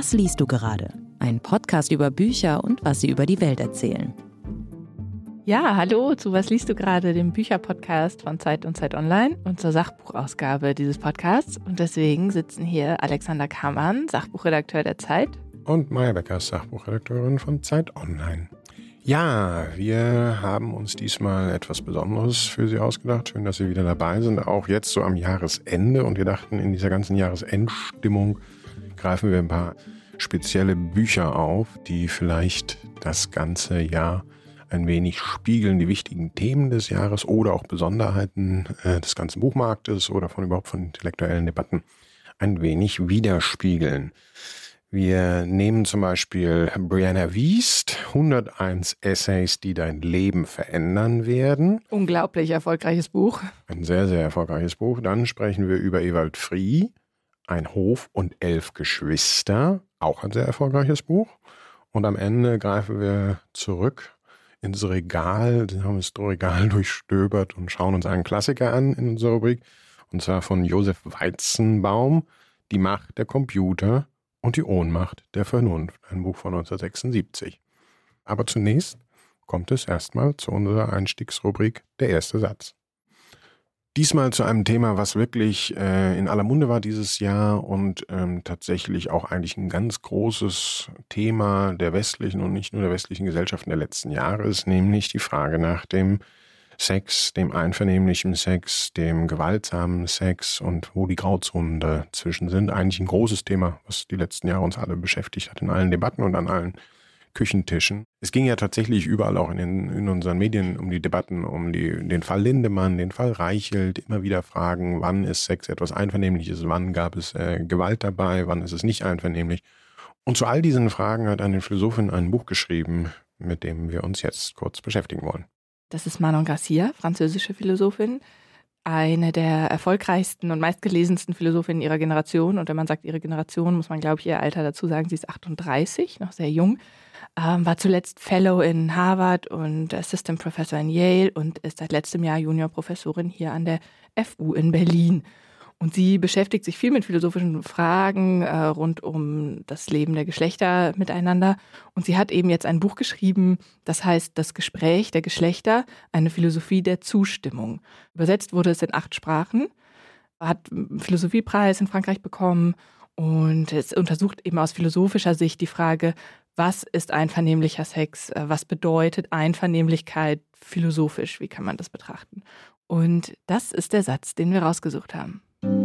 Was liest du gerade? Ein Podcast über Bücher und was sie über die Welt erzählen. Ja, hallo zu Was liest du gerade, dem Bücherpodcast von Zeit und Zeit Online und zur Sachbuchausgabe dieses Podcasts. Und deswegen sitzen hier Alexander Kammann, Sachbuchredakteur der Zeit. Und Maja Becker, Sachbuchredakteurin von Zeit Online. Ja, wir haben uns diesmal etwas Besonderes für Sie ausgedacht. Schön, dass Sie wieder dabei sind, auch jetzt so am Jahresende. Und wir dachten, in dieser ganzen Jahresendstimmung greifen wir ein paar spezielle Bücher auf, die vielleicht das ganze Jahr ein wenig spiegeln, die wichtigen Themen des Jahres oder auch Besonderheiten des ganzen Buchmarktes oder von intellektuellen Debatten ein wenig widerspiegeln. Wir nehmen zum Beispiel Brianna Wiest, 101 Essays, die dein Leben verändern werden. Unglaublich erfolgreiches Buch. Ein sehr, sehr erfolgreiches Buch. Dann sprechen wir über Ewald Frie, Ein Hof und 11 Geschwister, auch ein sehr erfolgreiches Buch. Und am Ende greifen wir zurück ins Regal, wir haben das Regal durchstöbert und schauen uns einen Klassiker an in unserer Rubrik. Und zwar von Josef Weizenbaum, Die Macht der Computer und die Ohnmacht der Vernunft, ein Buch von 1976. Aber zunächst kommt es erstmal zu unserer Einstiegsrubrik Der erste Satz. Diesmal zu einem Thema, was wirklich in aller Munde war dieses Jahr und tatsächlich auch eigentlich ein ganz großes Thema der westlichen und nicht nur der westlichen Gesellschaften der letzten Jahre ist, nämlich die Frage nach dem Sex, dem einvernehmlichen Sex, dem gewaltsamen Sex und wo die Grauzonen dazwischen sind. Eigentlich ein großes Thema, was die letzten Jahre uns alle beschäftigt hat in allen Debatten und an allen Küchentischen. Es ging ja tatsächlich überall auch in unseren Medien um die Debatten, um den Fall Lindemann, den Fall Reichelt, immer wieder Fragen, wann ist Sex etwas Einvernehmliches, wann gab es Gewalt dabei, wann ist es nicht einvernehmlich. Und zu all diesen Fragen hat eine Philosophin ein Buch geschrieben, mit dem wir uns jetzt kurz beschäftigen wollen. Das ist Manon Gracia, französische Philosophin, eine der erfolgreichsten und meistgelesensten Philosophinnen ihrer Generation. Und wenn man sagt ihre Generation, muss man, glaube ich, ihr Alter dazu sagen, sie ist 38, noch sehr jung, war zuletzt Fellow in Harvard und Assistant Professor in Yale und ist seit letztem Jahr Juniorprofessorin hier an der FU in Berlin. Und sie beschäftigt sich viel mit philosophischen Fragen rund um das Leben der Geschlechter miteinander. Und sie hat eben jetzt ein Buch geschrieben, das heißt Das Gespräch der Geschlechter, eine Philosophie der Zustimmung. Übersetzt wurde es in 8 Sprachen, hat einen Philosophiepreis in Frankreich bekommen und es untersucht eben aus philosophischer Sicht die Frage, was ist einvernehmlicher Sex, was bedeutet Einvernehmlichkeit philosophisch, wie kann man das betrachten? Und das ist der Satz, den wir rausgesucht haben.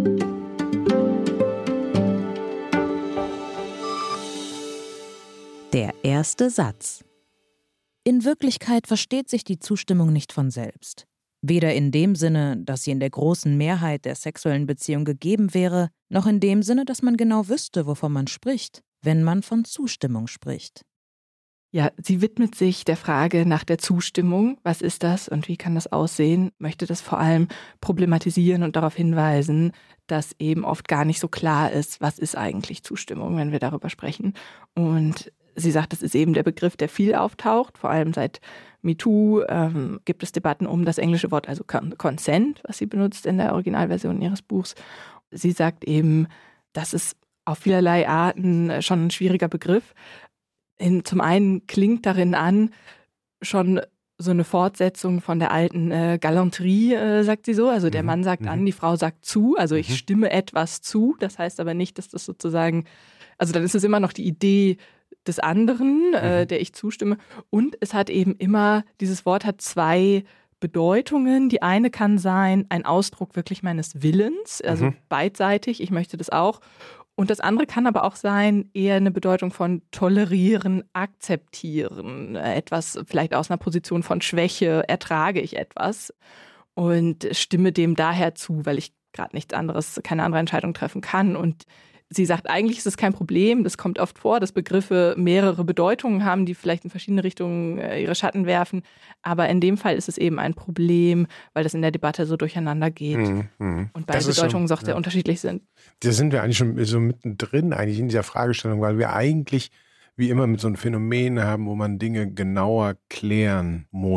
Der erste Satz. In Wirklichkeit versteht sich die Zustimmung nicht von selbst. Weder in dem Sinne, dass sie in der großen Mehrheit der sexuellen Beziehung gegeben wäre, noch in dem Sinne, dass man genau wüsste, wovon man spricht, wenn man von Zustimmung spricht. Ja, sie widmet sich der Frage nach der Zustimmung. Was ist das und wie kann das aussehen? Möchte das vor allem problematisieren und darauf hinweisen, dass eben oft gar nicht so klar ist, was ist eigentlich Zustimmung, wenn wir darüber sprechen. Und sie sagt, das ist eben der Begriff, der viel auftaucht. Vor allem seit MeToo gibt es Debatten um das englische Wort, also Consent, was sie benutzt in der Originalversion ihres Buchs. Sie sagt eben, das ist auf vielerlei Arten schon ein schwieriger Begriff. Zum einen klingt darin an, schon so eine Fortsetzung von der alten Galanterie, sagt sie so. Also der Mann sagt an, die Frau sagt zu. Also ich stimme etwas zu. Das heißt aber nicht, dass das sozusagen, also dann ist es immer noch die Idee des anderen, der ich zustimme. Und es hat eben immer, dieses Wort hat 2 Bedeutungen. Die eine kann sein, ein Ausdruck wirklich meines Willens, also beidseitig, ich möchte das auch. Und das andere kann aber auch sein, eher eine Bedeutung von tolerieren, akzeptieren, etwas vielleicht aus einer Position von Schwäche, ertrage ich etwas und stimme dem daher zu, weil ich gerade nichts anderes, keine andere Entscheidung treffen kann. Und sie sagt, eigentlich ist es kein Problem, das kommt oft vor, dass Begriffe mehrere Bedeutungen haben, die vielleicht in verschiedene Richtungen ihre Schatten werfen. Aber in dem Fall ist es eben ein Problem, weil das in der Debatte so durcheinander geht und beide Bedeutungen so sehr unterschiedlich sind. Da sind wir eigentlich schon so mittendrin eigentlich in dieser Fragestellung, weil wir eigentlich wie immer mit so einem Phänomen haben, wo man Dinge genauer klären muss.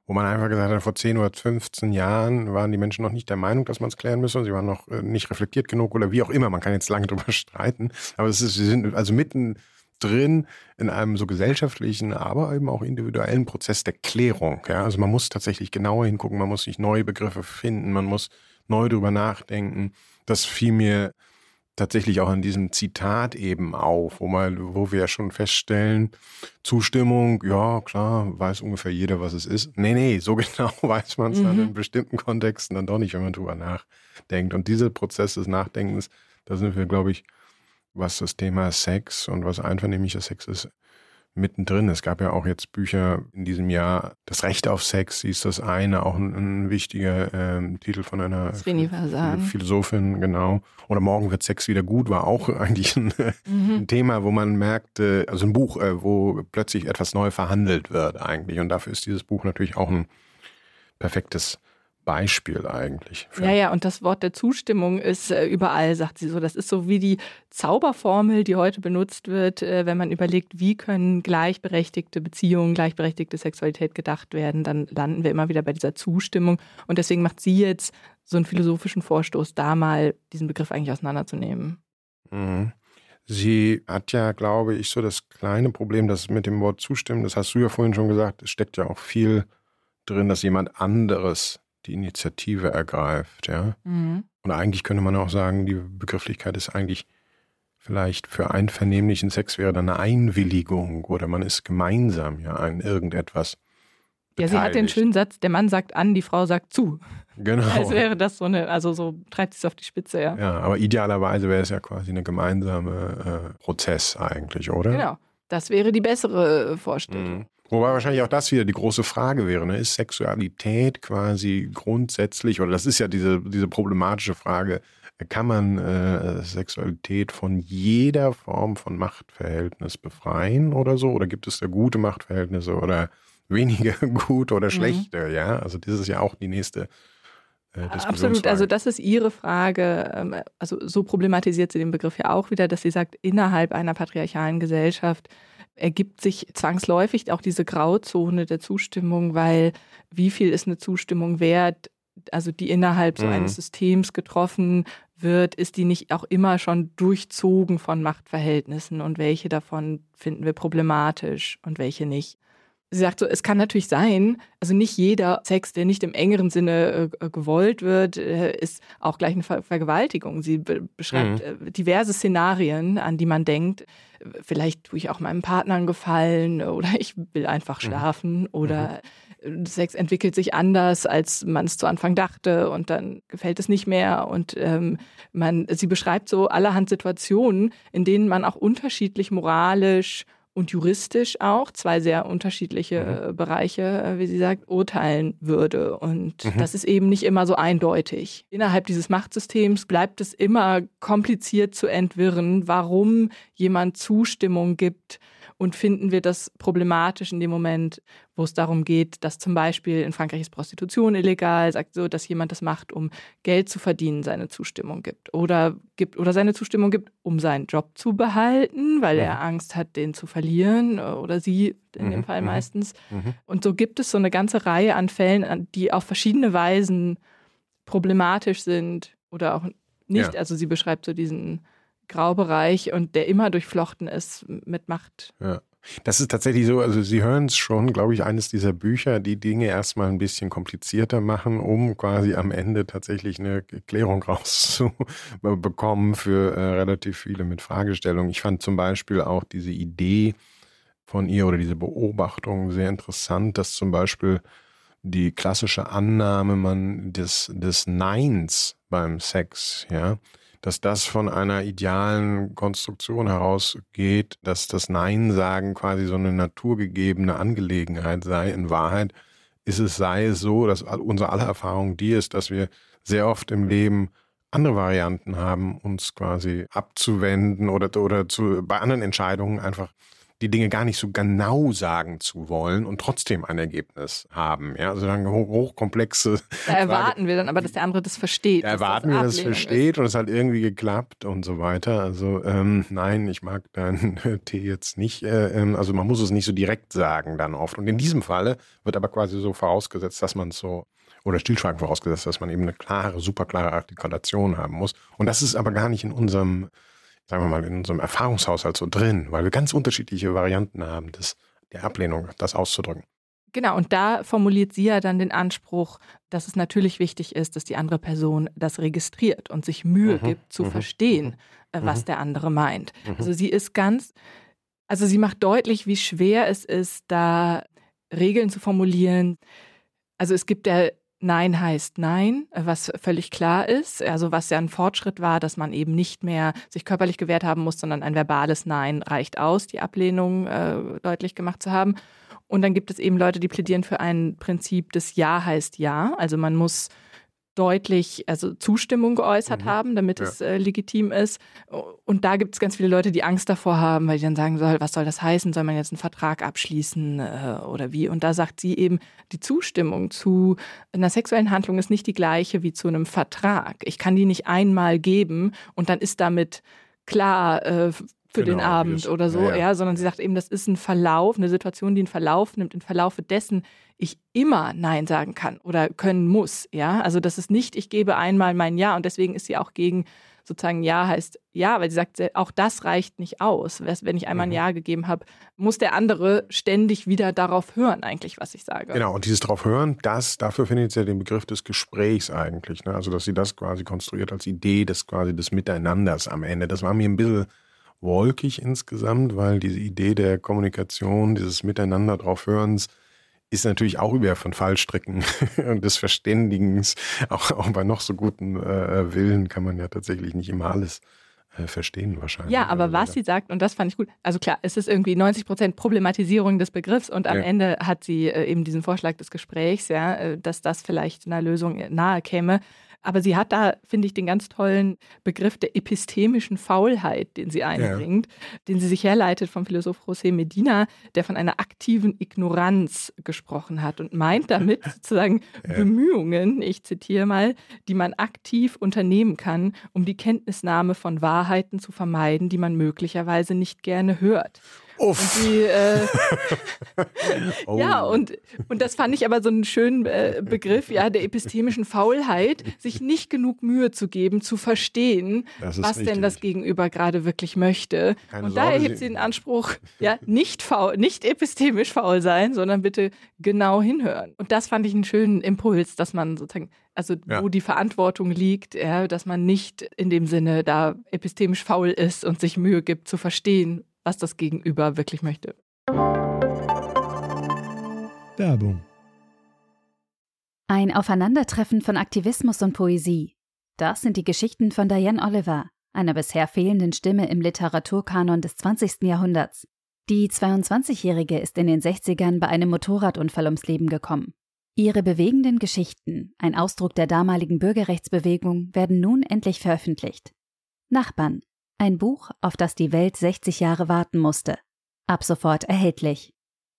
wo man einfach gesagt hat, vor 10 oder 15 Jahren waren die Menschen noch nicht der Meinung, dass man es klären müsse. Sie waren noch nicht reflektiert genug oder wie auch immer. Man kann jetzt lange drüber streiten. Aber sie sind also mittendrin in einem so gesellschaftlichen, aber eben auch individuellen Prozess der Klärung. Ja? Also man muss tatsächlich genauer hingucken, man muss sich neue Begriffe finden, man muss neu drüber nachdenken. Das fiel mir tatsächlich auch an diesem Zitat eben auf, wo wir ja schon feststellen, Zustimmung, ja klar, weiß ungefähr jeder, was es ist. Nee, so genau weiß man es dann in bestimmten Kontexten dann doch nicht, wenn man drüber nachdenkt. Und dieser Prozess des Nachdenkens, da sind wir, glaube ich, was das Thema Sex und was einvernehmlicher Sex ist, mittendrin. Es gab ja auch jetzt Bücher in diesem Jahr, Das Recht auf Sex hieß das eine, auch ein wichtiger Titel von einer Philosophin, genau. Oder Morgen wird Sex wieder gut, war auch eigentlich ein Thema, wo man merkte, also ein Buch, wo plötzlich etwas neu verhandelt wird eigentlich. Und dafür ist dieses Buch natürlich auch ein perfektes Beispiel eigentlich. Ja, und das Wort der Zustimmung ist überall, sagt sie so. Das ist so wie die Zauberformel, die heute benutzt wird, wenn man überlegt, wie können gleichberechtigte Beziehungen, gleichberechtigte Sexualität gedacht werden. Dann landen wir immer wieder bei dieser Zustimmung. Und deswegen macht sie jetzt so einen philosophischen Vorstoß, da mal diesen Begriff eigentlich auseinanderzunehmen. Mhm. Sie hat ja, glaube ich, so das kleine Problem, dass mit dem Wort zustimmen, das hast du ja vorhin schon gesagt, es steckt ja auch viel drin, dass jemand anderes die Initiative ergreift, ja. Und eigentlich könnte man auch sagen, die Begrifflichkeit ist eigentlich vielleicht für einvernehmlichen Sex wäre dann eine Einwilligung oder man ist gemeinsam ja an irgendetwas beteiligt. Ja, sie hat den schönen Satz, der Mann sagt an, die Frau sagt zu. Genau. Als wäre das so eine, also so treibt sie es auf die Spitze, ja. Ja, aber idealerweise wäre es ja quasi eine gemeinsame Prozess eigentlich, oder? Genau, das wäre die bessere Vorstellung. Wobei wahrscheinlich auch das wieder die große Frage wäre, ne? Ist Sexualität quasi grundsätzlich, oder das ist ja diese problematische Frage, kann man Sexualität von jeder Form von Machtverhältnis befreien oder so? Oder gibt es da gute Machtverhältnisse oder weniger gut oder schlechte? Ja, also das ist ja auch die nächste Diskussionsfrage. Absolut, also das ist ihre Frage. Also so problematisiert sie den Begriff ja auch wieder, dass sie sagt, innerhalb einer patriarchalen Gesellschaft ergibt sich zwangsläufig auch diese Grauzone der Zustimmung, weil wie viel ist eine Zustimmung wert, also die innerhalb so eines Systems getroffen wird, ist die nicht auch immer schon durchzogen von Machtverhältnissen und welche davon finden wir problematisch und welche nicht. Sie sagt so, es kann natürlich sein, also nicht jeder Sex, der nicht im engeren Sinne gewollt wird, ist auch gleich eine Vergewaltigung. Sie beschreibt diverse Szenarien, an die man denkt. Vielleicht tue ich auch meinem Partner einen Gefallen oder ich will einfach schlafen oder Sex entwickelt sich anders, als man es zu Anfang dachte und dann gefällt es nicht mehr. Und sie beschreibt so allerhand Situationen, in denen man auch unterschiedlich moralisch und juristisch auch, zwei sehr unterschiedliche Bereiche, wie sie sagt, urteilen würde. Und das ist eben nicht immer so eindeutig. Innerhalb dieses Machtsystems bleibt es immer kompliziert zu entwirren, warum jemand Zustimmung gibt. Und finden wir das problematisch in dem Moment, wo es darum geht, dass zum Beispiel in Frankreich ist Prostitution illegal, sagt so, dass jemand das macht, um Geld zu verdienen, seine Zustimmung gibt. Oder seine Zustimmung gibt, um seinen Job zu behalten, weil er Angst hat, den zu verlieren. Oder sie in dem Fall meistens. Und so gibt es so eine ganze Reihe an Fällen, die auf verschiedene Weisen problematisch sind oder auch nicht. Ja. Also sie beschreibt so diesen Graubereich und der immer durchflochten ist mit Macht. Ja. Das ist tatsächlich so, also Sie hören es schon, glaube ich, eines dieser Bücher, die Dinge erstmal ein bisschen komplizierter machen, um quasi am Ende tatsächlich eine Klärung rauszubekommen für relativ viele mit Fragestellungen. Ich fand zum Beispiel auch diese Idee von ihr oder diese Beobachtung sehr interessant, dass zum Beispiel die klassische Annahme des Neins beim Sex, ja, dass das von einer idealen Konstruktion herausgeht, dass das Nein-Sagen quasi so eine naturgegebene Angelegenheit sei. In Wahrheit sei es so, dass unsere aller Erfahrung die ist, dass wir sehr oft im Leben andere Varianten haben, uns quasi abzuwenden oder bei anderen Entscheidungen einfach die Dinge gar nicht so genau sagen zu wollen und trotzdem ein Ergebnis haben. Ja, also dann hochkomplexe. Da erwarten wir dann aber, dass der andere das versteht. Da erwarten wir, dass es versteht und es hat irgendwie geklappt und so weiter. Also nein, ich mag deinen Tee jetzt nicht. Also man muss es nicht so direkt sagen dann oft. Und in diesem Falle wird aber quasi so vorausgesetzt, dass man so, oder stillschweigend vorausgesetzt, dass man eben eine klare, super klare Artikulation haben muss. Und das ist aber gar nicht in unserem, sagen wir mal, in unserem Erfahrungshaushalt so drin, weil wir ganz unterschiedliche Varianten haben, der Ablehnung, das auszudrücken. Genau, und da formuliert sie ja dann den Anspruch, dass es natürlich wichtig ist, dass die andere Person das registriert und sich Mühe gibt, zu verstehen, was der andere meint. Also sie macht deutlich, wie schwer es ist, da Regeln zu formulieren. Also es gibt ja Nein heißt Nein, was völlig klar ist. Also was ja ein Fortschritt war, dass man eben nicht mehr sich körperlich gewehrt haben muss, sondern ein verbales Nein reicht aus, die Ablehnung deutlich gemacht zu haben. Und dann gibt es eben Leute, die plädieren für ein Prinzip des Ja heißt Ja. Also man muss deutlich, also Zustimmung geäußert haben, damit es legitim ist. Und da gibt es ganz viele Leute, die Angst davor haben, weil die dann sagen, was soll das heißen? Soll man jetzt einen Vertrag abschließen oder wie? Und da sagt sie eben, die Zustimmung zu einer sexuellen Handlung ist nicht die gleiche wie zu einem Vertrag. Ich kann die nicht einmal geben und dann ist damit klar für den Abend oder so, sondern sie sagt eben, das ist ein Verlauf, eine Situation, die einen Verlauf nimmt, im Verlaufe dessen ich immer Nein sagen kann oder können muss, ja, also das ist nicht, ich gebe einmal mein Ja und deswegen ist sie auch gegen sozusagen Ja heißt Ja, weil sie sagt, auch das reicht nicht aus. Wenn ich einmal ein Ja gegeben habe, muss der andere ständig wieder darauf hören eigentlich, was ich sage. Genau, und dieses darauf hören, dafür findet sie ja den Begriff des Gesprächs eigentlich, ne? Also dass sie das quasi konstruiert als Idee des Miteinanders am Ende. Das war mir ein bisschen wolkig insgesamt, weil diese Idee der Kommunikation, dieses Miteinander drauf hörens, ist natürlich auch über von Fallstricken und des Verständigens. Auch bei noch so guten Willen kann man ja tatsächlich nicht immer alles verstehen wahrscheinlich. Ja, aber was sie sagt, und das fand ich gut, also klar, es ist irgendwie 90% Problematisierung des Begriffs und am Ende hat sie eben diesen Vorschlag des Gesprächs, dass das vielleicht einer Lösung nahe käme. Aber sie hat da, finde ich, den ganz tollen Begriff der epistemischen Faulheit, den sie einbringt, den sie sich herleitet vom Philosoph José Medina, der von einer aktiven Ignoranz gesprochen hat und meint damit sozusagen Bemühungen, ich zitiere mal, die man aktiv unternehmen kann, um die Kenntnisnahme von Wahrheiten zu vermeiden, die man möglicherweise nicht gerne hört. Uff. Und ja, und das fand ich aber so einen schönen Begriff, der epistemischen Faulheit, sich nicht genug Mühe zu geben, zu verstehen, was denn das Gegenüber gerade wirklich möchte. Und da erhebt sie den Anspruch, nicht epistemisch faul sein, sondern bitte genau hinhören. Und das fand ich einen schönen Impuls, dass man sozusagen, wo die Verantwortung liegt, dass man nicht in dem Sinne da epistemisch faul ist und sich Mühe gibt zu verstehen, was das Gegenüber wirklich möchte. Werbung. Ein Aufeinandertreffen von Aktivismus und Poesie. Das sind die Geschichten von Diane Oliver, einer bisher fehlenden Stimme im Literaturkanon des 20. Jahrhunderts. Die 22-Jährige ist in den 60ern bei einem Motorradunfall ums Leben gekommen. Ihre bewegenden Geschichten, ein Ausdruck der damaligen Bürgerrechtsbewegung, werden nun endlich veröffentlicht. Nachbarn. Ein Buch, auf das die Welt 60 Jahre warten musste. Ab sofort erhältlich.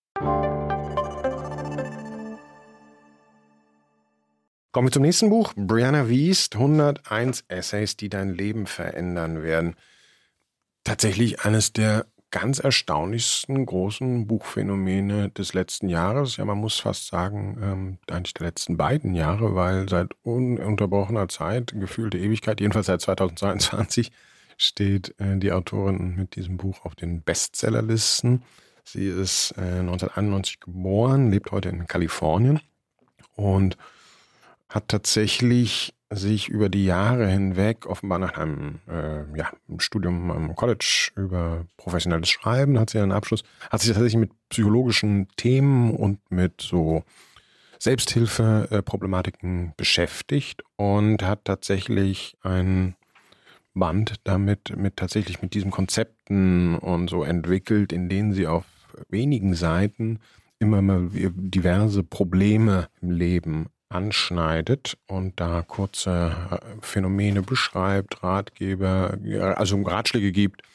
Kommen wir zum nächsten Buch. Brianna Wiest, 101 Essays, die dein Leben verändern werden. Tatsächlich eines der ganz erstaunlichsten großen Buchphänomene des letzten Jahres. Ja, man muss fast sagen, eigentlich der letzten beiden Jahre, weil seit ununterbrochener Zeit, gefühlte Ewigkeit, jedenfalls seit 2022, steht die Autorin mit diesem Buch auf den Bestsellerlisten. Sie ist 1991 geboren, lebt heute in Kalifornien und hat tatsächlich sich über die Jahre hinweg, offenbar nach einem Studium am College über professionelles Schreiben, hat sie einen Abschluss, hat sich tatsächlich mit psychologischen Themen und mit so Selbsthilfe-Problematiken beschäftigt und hat tatsächlich ein Band damit tatsächlich mit diesen Konzepten und so entwickelt, in denen sie auf wenigen Seiten immer mal diverse Probleme im Leben anschneidet und da kurze Phänomene beschreibt, Ratschläge gibt,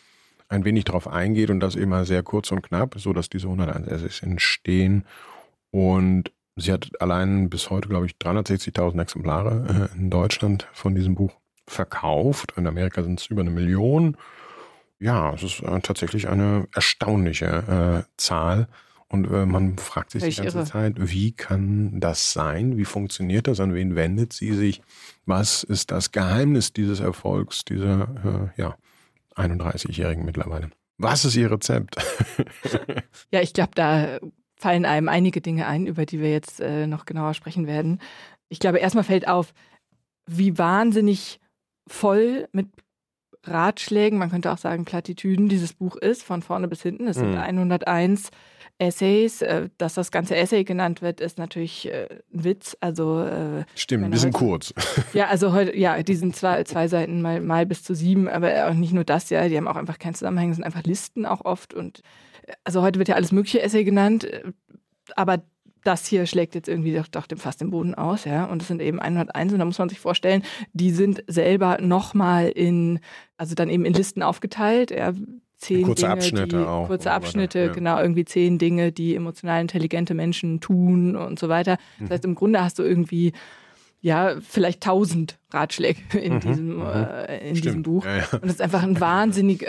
ein wenig darauf eingeht und das immer sehr kurz und knapp, so dass diese 101 Essays entstehen. Und sie hat allein bis heute, glaube ich, 360.000 Exemplare in Deutschland von diesem Buch verkauft. In Amerika sind es über 1 Million. Ja, es ist tatsächlich eine erstaunliche Zahl. Und man fragt sich die ganze Zeit, wie kann das sein? Wie funktioniert das? An wen wendet sie sich? Was ist das Geheimnis dieses Erfolgs dieser 31-Jährigen mittlerweile? Was ist ihr Rezept? Ja, ich glaube, da fallen einem einige Dinge ein, über die wir jetzt noch genauer sprechen werden. Ich glaube, erstmal fällt auf, wie wahnsinnig voll mit Ratschlägen, man könnte auch sagen Plattitüden, dieses Buch ist, von vorne bis hinten. Es sind 101 Essays. Dass das ganze Essay genannt wird, ist natürlich ein Witz. Also, stimmt, die sind kurz. Ja, also heute, die sind zwar 2 Seiten mal bis zu 7, aber auch nicht nur das, ja, die haben auch einfach keinen Zusammenhang, sind einfach Listen auch oft. Und also heute wird ja alles mögliche Essay genannt, aber das hier schlägt jetzt irgendwie doch fast den Boden aus, ja. Und es sind eben 101 und da muss man sich vorstellen, die sind selber nochmal dann eben in Listen aufgeteilt, ja. 10 kurze Dinge, Abschnitte auch. Kurze Abschnitte, genau, irgendwie 10 Dinge, die emotional intelligente Menschen tun und so weiter. Das heißt, im Grunde hast du irgendwie, vielleicht 1000 Ratschläge in diesem Buch. Ja, ja. Und das ist einfach ein wahnsinnig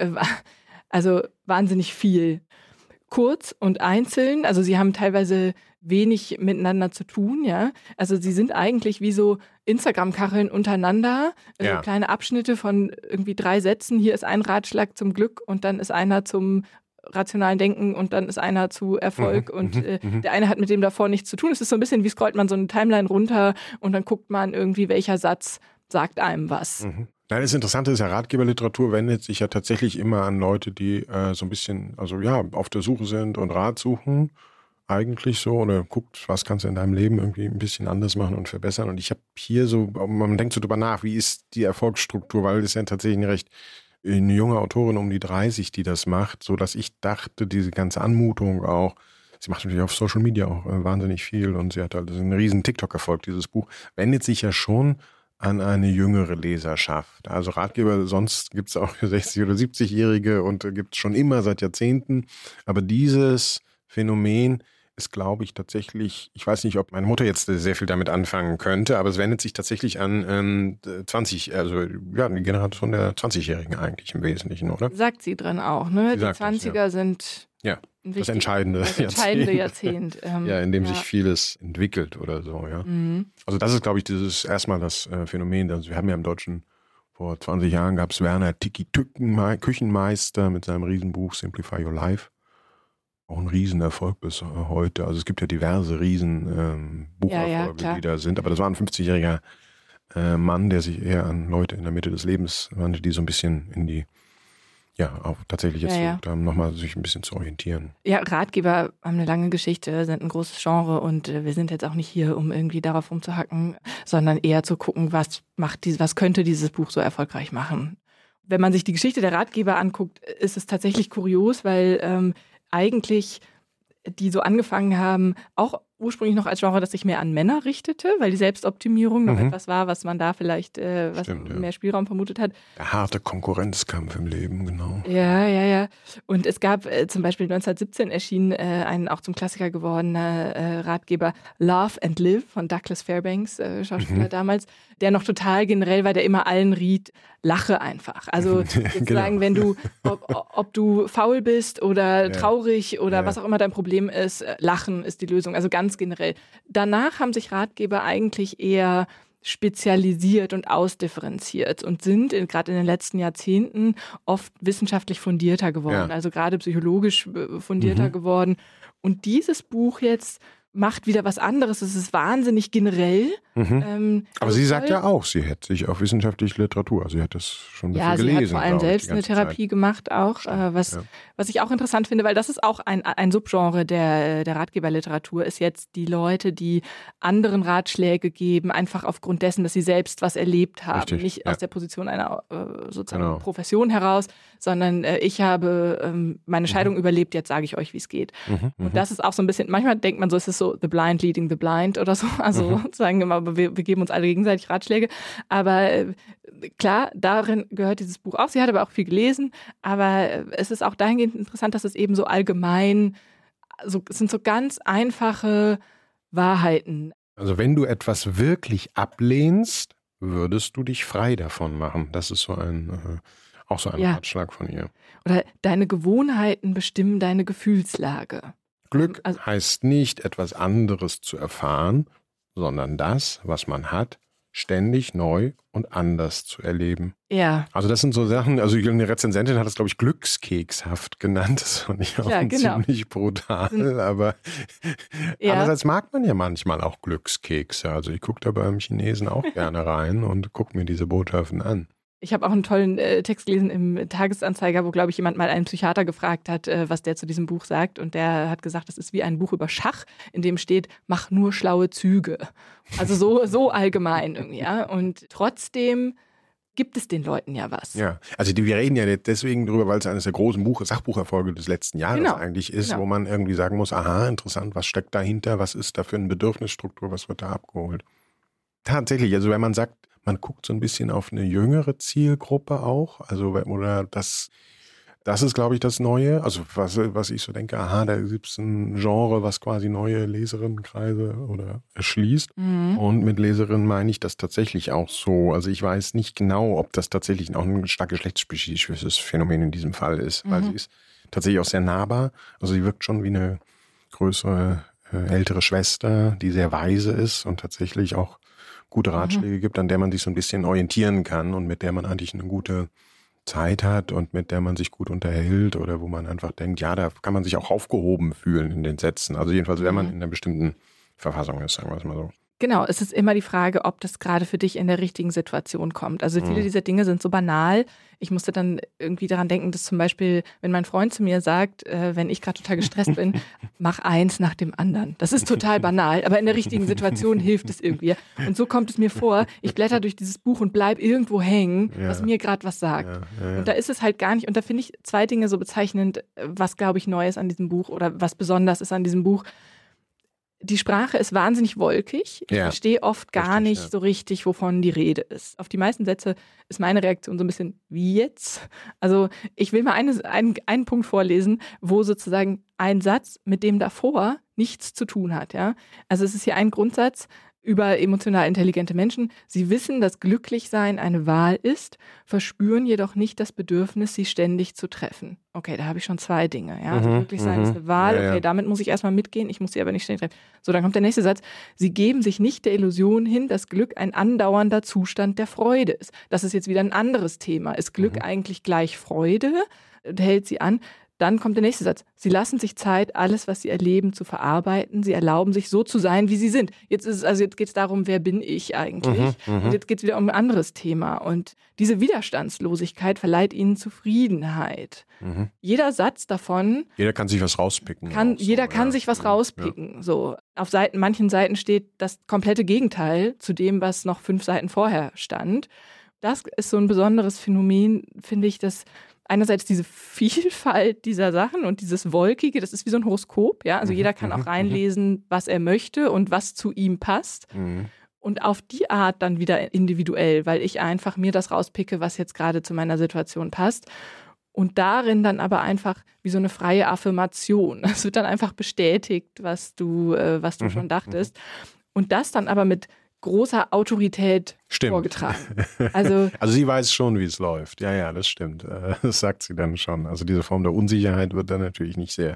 viel. Kurz und einzeln, also sie haben teilweise wenig miteinander zu tun, ja. Also sie sind eigentlich wie so Instagram-Kacheln untereinander, also kleine Abschnitte von irgendwie 3 Sätzen. Hier ist ein Ratschlag zum Glück und dann ist einer zum rationalen Denken und dann ist einer zu Erfolg und der eine hat mit dem davor nichts zu tun. Es ist so ein bisschen, wie scrollt man so eine Timeline runter und dann guckt man irgendwie, welcher Satz sagt einem was. Nein, das Interessante ist ja, Ratgeberliteratur wendet sich ja tatsächlich immer an Leute, die so ein bisschen, auf der Suche sind und Rat suchen, eigentlich so, oder guckt, was kannst du in deinem Leben irgendwie ein bisschen anders machen und verbessern. Und ich habe hier so, man denkt so drüber nach, wie ist die Erfolgsstruktur, weil das ja tatsächlich eine junge Autorin um die 30, die das macht, so dass ich dachte, diese ganze Anmutung auch, sie macht natürlich auf Social Media auch wahnsinnig viel und sie hat halt einen riesen TikTok-Erfolg, dieses Buch, wendet sich ja schon an eine jüngere Leserschaft. Also Ratgeber, sonst gibt es auch für 60- oder 70-Jährige und gibt es schon immer seit Jahrzehnten. Aber dieses Phänomen ist, glaube ich, tatsächlich, ich weiß nicht, ob meine Mutter jetzt sehr viel damit anfangen könnte, aber es wendet sich tatsächlich an die Generation der 20-Jährigen eigentlich im Wesentlichen, oder? Sagt sie drin auch, ne? Die 20er sind das entscheidende Jahrzehnt. In dem sich vieles entwickelt oder so, ja. Also das ist, glaube ich, erstmal das Phänomen. Also wir haben ja im Deutschen vor 20 Jahren gab es Werner Küchenmeister mit seinem Riesenbuch Simplify Your Life. Auch ein Riesenerfolg bis heute. Also es gibt ja diverse Bucherfolge, die da sind. Aber das war ein 50-jähriger Mann, der sich eher an Leute in der Mitte des Lebens wandte, die so ein bisschen in die auch tatsächlich jetzt nochmal sich ein bisschen zu orientieren. Ja, Ratgeber haben eine lange Geschichte, sind ein großes Genre und wir sind jetzt auch nicht hier, um irgendwie darauf rumzuhacken, sondern eher zu gucken, was könnte dieses Buch so erfolgreich machen. Wenn man sich die Geschichte der Ratgeber anguckt, ist es tatsächlich kurios, weil eigentlich die so angefangen haben, auch ursprünglich noch als Genre, das sich mehr an Männer richtete, weil die Selbstoptimierung noch etwas war, was man da vielleicht mehr Spielraum vermutet hat. Der harte Konkurrenzkampf im Leben, genau. Ja. Und es gab zum Beispiel 1917 erschien ein auch zum Klassiker gewordener Ratgeber Love and Live von Douglas Fairbanks, Schauspieler damals, der noch total generell war, der immer allen riet, lache einfach. Also sozusagen, wenn du, ob du faul bist oder traurig oder was auch immer dein Problem ist, lachen ist die Lösung. Also ganz generell. Danach haben sich Ratgeber eigentlich eher spezialisiert und ausdifferenziert und sind gerade in den letzten Jahrzehnten oft wissenschaftlich fundierter geworden, also gerade psychologisch fundierter geworden. Und dieses Buch jetzt macht wieder was anderes. Es ist wahnsinnig generell. Aber sie sagt ja auch, sie hätte sich auf wissenschaftliche Literatur, also sie hat das schon dafür gelesen. Ja, sie hat vor allem selbst eine Therapie gemacht auch, was ich auch interessant finde, weil das ist auch ein Subgenre der Ratgeberliteratur, ist jetzt die Leute, die anderen Ratschläge geben, einfach aufgrund dessen, dass sie selbst was erlebt haben. Richtig, nicht aus der Position einer sozusagen Profession heraus, sondern ich habe meine Scheidung überlebt, jetzt sage ich euch, wie es geht. Und das ist auch so ein bisschen, manchmal denkt man so, es ist so The Blind Leading the Blind oder so. Also sozusagen immer, wir geben uns alle gegenseitig Ratschläge. Aber klar, darin gehört dieses Buch auch. Sie hat aber auch viel gelesen. Aber es ist auch dahingehend interessant, dass es eben so allgemein, es sind so ganz einfache Wahrheiten. Also wenn du etwas wirklich ablehnst, würdest du dich frei davon machen. Das ist so auch so ein Ratschlag von ihr. Oder deine Gewohnheiten bestimmen deine Gefühlslage. Glück heißt nicht, etwas anderes zu erfahren, sondern das, was man hat, ständig neu und anders zu erleben. Ja. Also das sind so Sachen, also eine Rezensentin hat das, glaube ich, glückskekshaft genannt. Das fand ich auch ziemlich brutal, aber andererseits mag man ja manchmal auch Glückskekse. Also ich gucke da beim Chinesen auch gerne rein und gucke mir diese Botschaften an. Ich habe auch einen tollen Text gelesen im Tagesanzeiger, wo, glaube ich, jemand mal einen Psychiater gefragt hat, was der zu diesem Buch sagt. Und der hat gesagt, das ist wie ein Buch über Schach, in dem steht, mach nur schlaue Züge. Also so allgemein irgendwie, ja. Und trotzdem gibt es den Leuten ja was. Ja, also wir reden ja deswegen drüber, weil es eines der großen Sachbucherfolge des letzten Jahres eigentlich ist, wo man irgendwie sagen muss, aha, interessant, was steckt dahinter, was ist da für eine Bedürfnisstruktur, was wird da abgeholt. Tatsächlich, also wenn man sagt, man guckt so ein bisschen auf eine jüngere Zielgruppe auch, also oder das ist, glaube ich, das Neue. Also was ich so denke, aha, da gibt es ein Genre, was quasi neue Leserinnenkreise oder erschließt. Und mit Leserinnen meine ich das tatsächlich auch so. Also ich weiß nicht genau, ob das tatsächlich auch ein stark geschlechtsspezifisches Phänomen in diesem Fall ist, weil sie ist tatsächlich auch sehr nahbar. Also sie wirkt schon wie eine größere, ältere Schwester, die sehr weise ist und tatsächlich auch gute Ratschläge gibt, an der man sich so ein bisschen orientieren kann und mit der man eigentlich eine gute Zeit hat und mit der man sich gut unterhält oder wo man einfach denkt, ja, da kann man sich auch aufgehoben fühlen in den Sätzen. Also jedenfalls, wenn man in einer bestimmten Verfassung ist, sagen wir es mal so. Genau, es ist immer die Frage, ob das gerade für dich in der richtigen Situation kommt. Also viele dieser Dinge sind so banal. Ich musste dann irgendwie daran denken, dass zum Beispiel, wenn mein Freund zu mir sagt, wenn ich gerade total gestresst bin, mach eins nach dem anderen. Das ist total banal, aber in der richtigen Situation hilft es irgendwie. Und so kommt es mir vor, ich blätter durch dieses Buch und bleib irgendwo hängen, was mir gerade was sagt. Ja. Und da ist es halt gar nicht, und da finde ich zwei Dinge so bezeichnend, was, glaube ich, neu ist an diesem Buch oder was besonders ist an diesem Buch. Die Sprache ist wahnsinnig wolkig. Ich verstehe oft gar nicht so richtig, wovon die Rede ist. Auf die meisten Sätze ist meine Reaktion so ein bisschen, wie jetzt? Also ich will mal einen Punkt vorlesen, wo sozusagen ein Satz mit dem davor nichts zu tun hat. Ja? Also es ist hier ein Grundsatz über emotional intelligente Menschen. Sie wissen, dass Glücklichsein eine Wahl ist, verspüren jedoch nicht das Bedürfnis, sie ständig zu treffen. Okay, da habe ich schon zwei Dinge. Ja? Also Glücklichsein ist eine Wahl. Okay, damit muss ich erstmal mitgehen. Ich muss sie aber nicht ständig treffen. So, dann kommt der nächste Satz. Sie geben sich nicht der Illusion hin, dass Glück ein andauernder Zustand der Freude ist. Das ist jetzt wieder ein anderes Thema. Ist Glück eigentlich gleich Freude? Hält sie an. Dann kommt der nächste Satz. Sie lassen sich Zeit, alles, was sie erleben, zu verarbeiten. Sie erlauben sich, so zu sein, wie sie sind. Jetzt geht es darum, wer bin ich eigentlich? Und jetzt geht es wieder um ein anderes Thema. Und diese Widerstandslosigkeit verleiht ihnen Zufriedenheit. Jeder Satz davon... Jeder kann sich was rauspicken. Jeder kann sich was rauspicken. Ja. So. Auf manchen Seiten steht das komplette Gegenteil zu dem, was noch 5 Seiten vorher stand. Das ist so ein besonderes Phänomen, finde ich, dass einerseits diese Vielfalt dieser Sachen und dieses Wolkige, das ist wie so ein Horoskop, ja. Also jeder kann auch reinlesen, was er möchte und was zu ihm passt. Und auf die Art dann wieder individuell, weil ich einfach mir das rauspicke, was jetzt gerade zu meiner Situation passt. Und darin dann aber einfach wie so eine freie Affirmation. Es wird dann einfach bestätigt, was du schon dachtest. Und das dann aber mit großer Autorität vorgetragen. Also sie weiß schon, wie es läuft. Ja, das stimmt. Das sagt sie dann schon. Also diese Form der Unsicherheit wird dann natürlich nicht sehr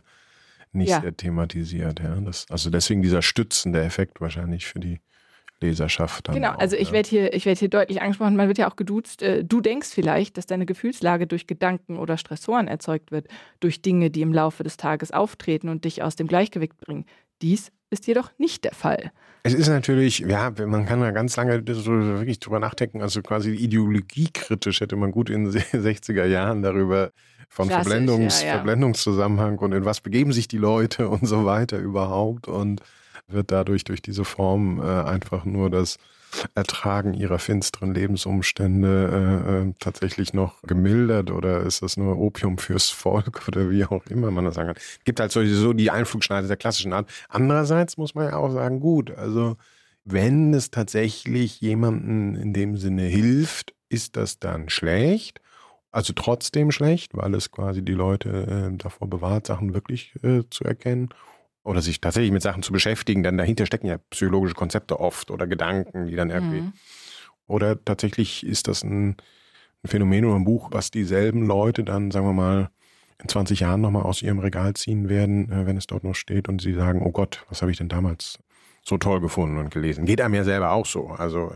thematisiert. Ja. Also deswegen dieser stützende Effekt wahrscheinlich für die Leserschaft. Dann genau, auch, also ich werde hier deutlich angesprochen, man wird ja auch geduzt. Du denkst vielleicht, dass deine Gefühlslage durch Gedanken oder Stressoren erzeugt wird, durch Dinge, die im Laufe des Tages auftreten und dich aus dem Gleichgewicht bringen. Dies ist jedoch nicht der Fall. Es ist natürlich, man kann da ganz lange so wirklich drüber nachdenken, also quasi ideologiekritisch hätte man gut in den 60er Jahren darüber von Verblendungszusammenhang und in was begeben sich die Leute und so weiter überhaupt und wird dadurch durch diese Form einfach nur das Ertragen ihrer finsteren Lebensumstände tatsächlich noch gemildert oder ist das nur Opium fürs Volk oder wie auch immer man das sagen kann. Es gibt halt so die Einflugschneide der klassischen Art. Andererseits muss man ja auch sagen, gut, also wenn es tatsächlich jemandem in dem Sinne hilft, ist das dann schlecht? Also trotzdem schlecht, weil es quasi die Leute davor bewahrt, Sachen wirklich zu erkennen oder sich tatsächlich mit Sachen zu beschäftigen, denn dahinter stecken ja psychologische Konzepte oft oder Gedanken, die dann irgendwie... Oder tatsächlich ist das ein Phänomen oder ein Buch, was dieselben Leute dann, sagen wir mal, in 20 Jahren nochmal aus ihrem Regal ziehen werden, wenn es dort noch steht und sie sagen, oh Gott, was habe ich denn damals so toll gefunden und gelesen. Geht einem ja selber auch so. Also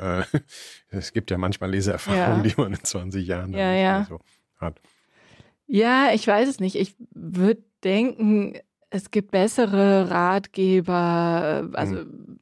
es gibt ja manchmal Leseerfahrungen, die man in 20 Jahren dann nicht mehr so hat. Ja, ich weiß es nicht. Ich würde denken, es gibt bessere Ratgeber, also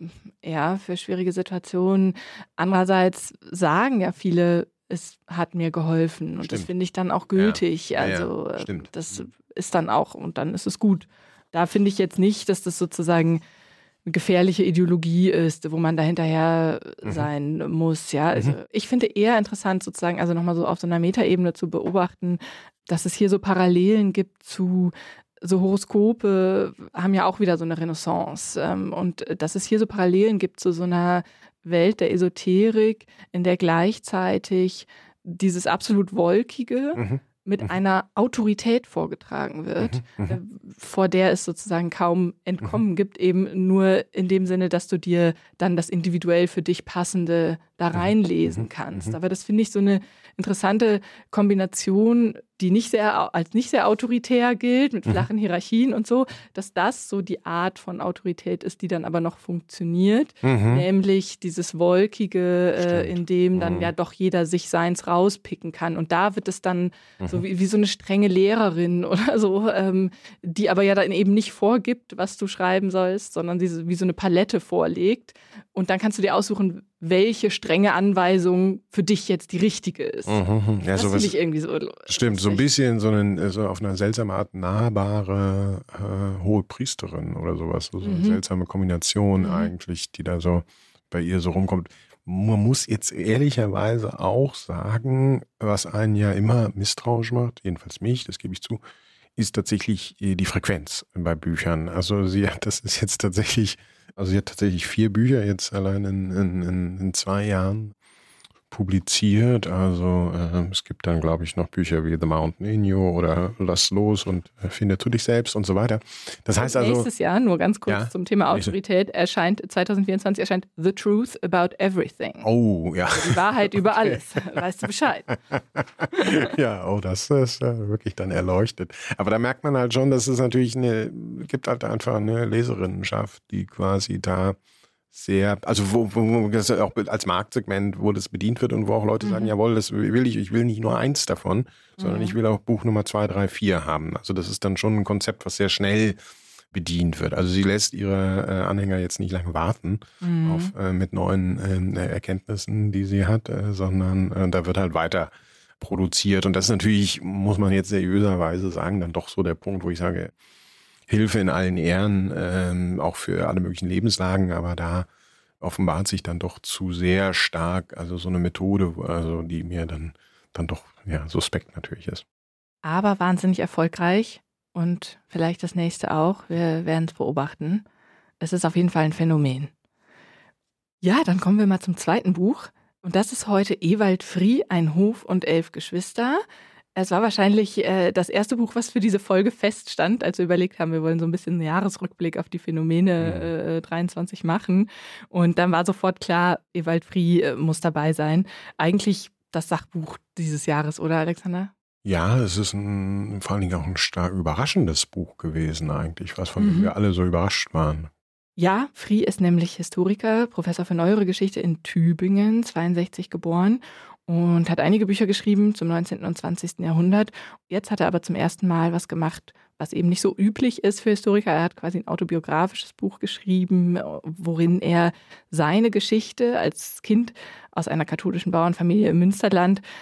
für schwierige Situationen. Andererseits sagen ja viele, es hat mir geholfen und das finde ich dann auch gültig. Ja. Also das ist dann auch und dann ist es gut. Da finde ich jetzt nicht, dass das sozusagen eine gefährliche Ideologie ist, wo man da hinterher sein muss. Ja, also ich finde eher interessant sozusagen, also nochmal so auf so einer Metaebene zu beobachten, dass es hier so Parallelen gibt zu so Horoskope haben ja auch wieder so eine Renaissance und dass es hier so Parallelen gibt zu so einer Welt der Esoterik, in der gleichzeitig dieses absolut Wolkige mit einer Autorität vorgetragen wird, vor der es sozusagen kaum Entkommen gibt, eben nur in dem Sinne, dass du dir dann das individuell für dich Passende da reinlesen kannst. Aber das finde ich so eine interessante Kombination, die als nicht sehr autoritär gilt, mit flachen Hierarchien und so, dass das so die Art von Autorität ist, die dann aber noch funktioniert, nämlich dieses Wolkige, in dem dann ja doch jeder sich seins rauspicken kann. Und da wird es dann so wie so eine strenge Lehrerin oder so, die aber ja dann eben nicht vorgibt, was du schreiben sollst, sondern wie so eine Palette vorlegt. Und dann kannst du dir aussuchen, welche strenge Anweisung für dich jetzt die richtige ist. Ja, das finde ich irgendwie so. Stimmt, so ein bisschen so auf eine seltsame Art nahbare hohe Priesterin oder sowas. So eine seltsame Kombination eigentlich, die da so bei ihr so rumkommt. Man muss jetzt ehrlicherweise auch sagen, was einen ja immer misstrauisch macht, jedenfalls mich, das gebe ich zu, ist tatsächlich die Frequenz bei Büchern. Also sie hat tatsächlich 4 Bücher jetzt allein in 2 Jahren publiziert. Also es gibt dann, glaube ich, noch Bücher wie The Mountain in You oder Lass los und Finde zu dich selbst und so weiter. Das heißt also... Nächstes Jahr, nur ganz kurz zum Thema Autorität, 2024 erscheint The Truth About Everything. Oh, ja. Also die Wahrheit über alles. Weißt du Bescheid? Ja, das ist wirklich dann erleuchtet. Aber da merkt man halt schon, dass es natürlich gibt halt einfach eine Leserinnenschaft, die quasi da sehr, also wo das auch als Marktsegment, wo das bedient wird und wo auch Leute sagen, jawohl, das will ich will nicht nur eins davon, sondern ich will auch Buch Nummer 2, 3, 4 haben. Also das ist dann schon ein Konzept, was sehr schnell bedient wird. Also sie lässt ihre Anhänger jetzt nicht lange warten mit neuen Erkenntnissen, die sie hat, sondern da wird halt weiter produziert. Und das ist natürlich, muss man jetzt seriöserweise sagen, dann doch so der Punkt, wo ich sage, Hilfe in allen Ehren, auch für alle möglichen Lebenslagen, aber da offenbart sich dann doch zu sehr stark, also so eine Methode, also die mir dann doch suspekt natürlich ist. Aber wahnsinnig erfolgreich und vielleicht das nächste auch. Wir werden es beobachten. Es ist auf jeden Fall ein Phänomen. Ja, dann kommen wir mal zum zweiten Buch. Und das ist heute Ewald Frie, Ein Hof und 11 Geschwister. Es war wahrscheinlich das erste Buch, was für diese Folge feststand, als wir überlegt haben, wir wollen so ein bisschen einen Jahresrückblick auf die Phänomene 23 machen. Und dann war sofort klar, Ewald Frie muss dabei sein. Eigentlich das Sachbuch dieses Jahres, oder Alexander? Ja, es ist vor allen Dingen auch ein stark überraschendes Buch gewesen eigentlich, was von dem wir alle so überrascht waren. Ja, Frie ist nämlich Historiker, Professor für Neuere Geschichte in Tübingen, 62 geboren. Und hat einige Bücher geschrieben zum 19. und 20. Jahrhundert. Jetzt hat er aber zum ersten Mal was gemacht, was eben nicht so üblich ist für Historiker. Er hat quasi ein autobiografisches Buch geschrieben, worin er seine Geschichte als Kind aus einer katholischen Bauernfamilie im Münsterland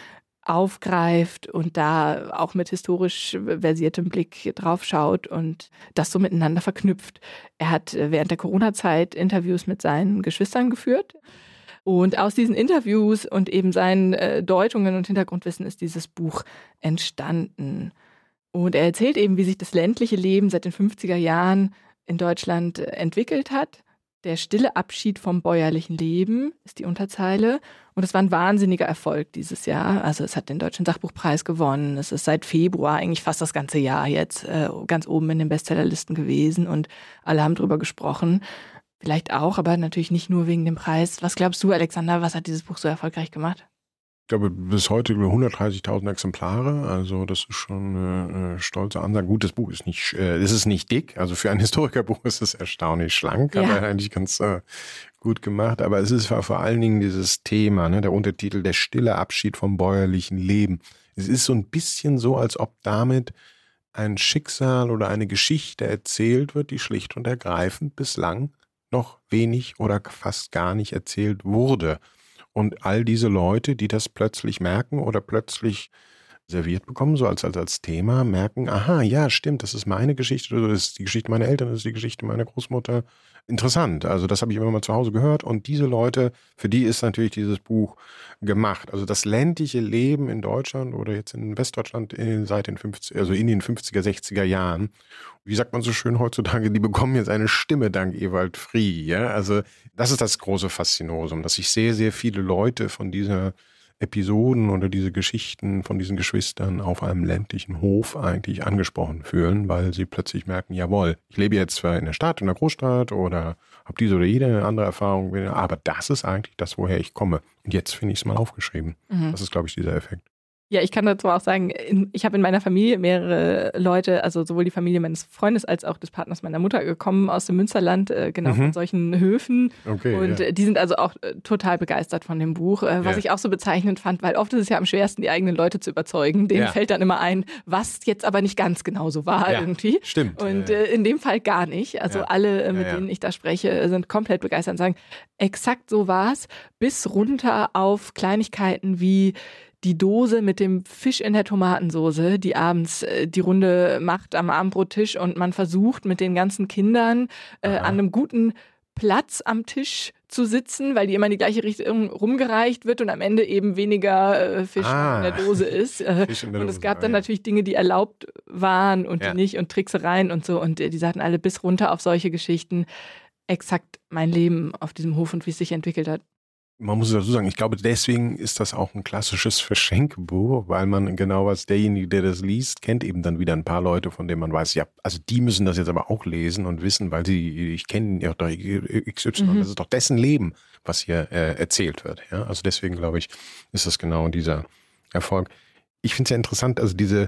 aufgreift und da auch mit historisch versiertem Blick drauf schaut und das so miteinander verknüpft. Er hat während der Corona-Zeit Interviews mit seinen Geschwistern geführt. Und aus diesen Interviews und eben seinen Deutungen und Hintergrundwissen ist dieses Buch entstanden. Und er erzählt eben, wie sich das ländliche Leben seit den 50er Jahren in Deutschland entwickelt hat. Der stille Abschied vom bäuerlichen Leben ist die Unterzeile. Und es war ein wahnsinniger Erfolg dieses Jahr. Also es hat den Deutschen Sachbuchpreis gewonnen. Es ist seit Februar eigentlich fast das ganze Jahr jetzt ganz oben in den Bestsellerlisten gewesen. Und alle haben drüber gesprochen. Vielleicht auch, aber natürlich nicht nur wegen dem Preis. Was glaubst du, Alexander, was hat dieses Buch so erfolgreich gemacht? Ich glaube, bis heute über 130.000 Exemplare, also das ist schon eine stolze Ansage. Gut, das Buch ist nicht, es ist nicht dick, also für ein Historikerbuch ist es erstaunlich schlank, hat er eigentlich ganz gut gemacht, aber es ist vor allen Dingen dieses Thema, ne, der Untertitel, der stille Abschied vom bäuerlichen Leben. Es ist so ein bisschen so, als ob damit ein Schicksal oder eine Geschichte erzählt wird, die schlicht und ergreifend bislang noch wenig oder fast gar nicht erzählt wurde. Und all diese Leute, die das plötzlich merken oder plötzlich serviert bekommen, so als Thema, merken, aha, ja, stimmt, das ist meine Geschichte, das ist die Geschichte meiner Eltern, das ist die Geschichte meiner Großmutter. Interessant, also das habe ich immer mal zu Hause gehört. Und diese Leute, für die ist natürlich dieses Buch gemacht. Also das ländliche Leben in Deutschland oder jetzt in Westdeutschland seit den 50er, also in den 50er, 60er Jahren. Wie sagt man so schön heutzutage, die bekommen jetzt eine Stimme dank Ewald Frie. Ja? Also das ist das große Faszinosum, dass sich sehr, sehr viele Leute von dieser Episoden oder diese Geschichten von diesen Geschwistern auf einem ländlichen Hof eigentlich angesprochen fühlen, weil sie plötzlich merken, jawohl, ich lebe jetzt zwar in der Stadt, in der Großstadt oder habe diese oder jede andere Erfahrung, aber das ist eigentlich das, woher ich komme. Und jetzt finde ich es mal aufgeschrieben. Das ist, glaube ich, dieser Effekt. Ja, ich kann dazu auch sagen, ich habe in meiner Familie mehrere Leute, also sowohl die Familie meines Freundes als auch des Partners meiner Mutter gekommen aus dem Münsterland, von solchen Höfen. Okay, und die sind also auch total begeistert von dem Buch, was ich auch so bezeichnend fand, weil oft ist es ja am schwersten, die eigenen Leute zu überzeugen. Denen fällt dann immer ein, was jetzt aber nicht ganz genau so war irgendwie. Stimmt. Und in dem Fall gar nicht. Also alle, mit denen ich da spreche, sind komplett begeistert und sagen, exakt so war's, bis runter auf Kleinigkeiten wie die Dose mit dem Fisch in der Tomatensoße, die abends die Runde macht am Abendbrottisch und man versucht mit den ganzen Kindern an einem guten Platz am Tisch zu sitzen, weil die immer in die gleiche Richtung rumgereicht wird und am Ende eben weniger Fisch in der Dose ist. Und es gab dann natürlich Dinge, die erlaubt waren und die nicht und Tricksereien und so. Und die sagten alle bis runter auf solche Geschichten exakt mein Leben auf diesem Hof und wie es sich entwickelt hat. Man muss dazu sagen, ich glaube, deswegen ist das auch ein klassisches Verschenkbuch, weil man genau als derjenige, der das liest, kennt eben dann wieder ein paar Leute, von denen man weiß, ja, also die müssen das jetzt aber auch lesen und wissen, weil ich kenne ja doch XY, das ist doch dessen Leben, was hier erzählt wird. Ja? Also deswegen, glaube ich, ist das genau dieser Erfolg. Ich finde es ja interessant, also diese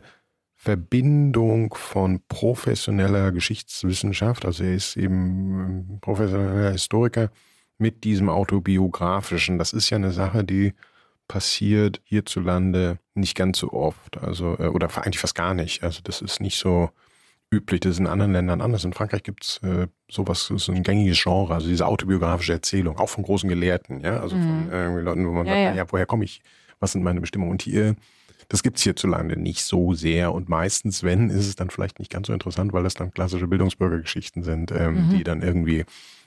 Verbindung von professioneller Geschichtswissenschaft, also er ist eben professioneller Historiker, mit diesem autobiografischen. Das ist ja eine Sache, die passiert hierzulande nicht ganz so oft. Also, oder eigentlich fast gar nicht. Also das ist nicht so üblich. Das ist in anderen Ländern anders. In Frankreich gibt es sowas, das ist ein gängiges Genre, also diese autobiografische Erzählung, auch von großen Gelehrten, ja, also von Leuten, wo man sagt, ja, woher komme ich, was sind meine Bestimmungen? Und hier, das gibt es hierzulande nicht so sehr. Und meistens, wenn, ist es dann vielleicht nicht ganz so interessant, weil das dann klassische Bildungsbürgergeschichten sind, die dann irgendwie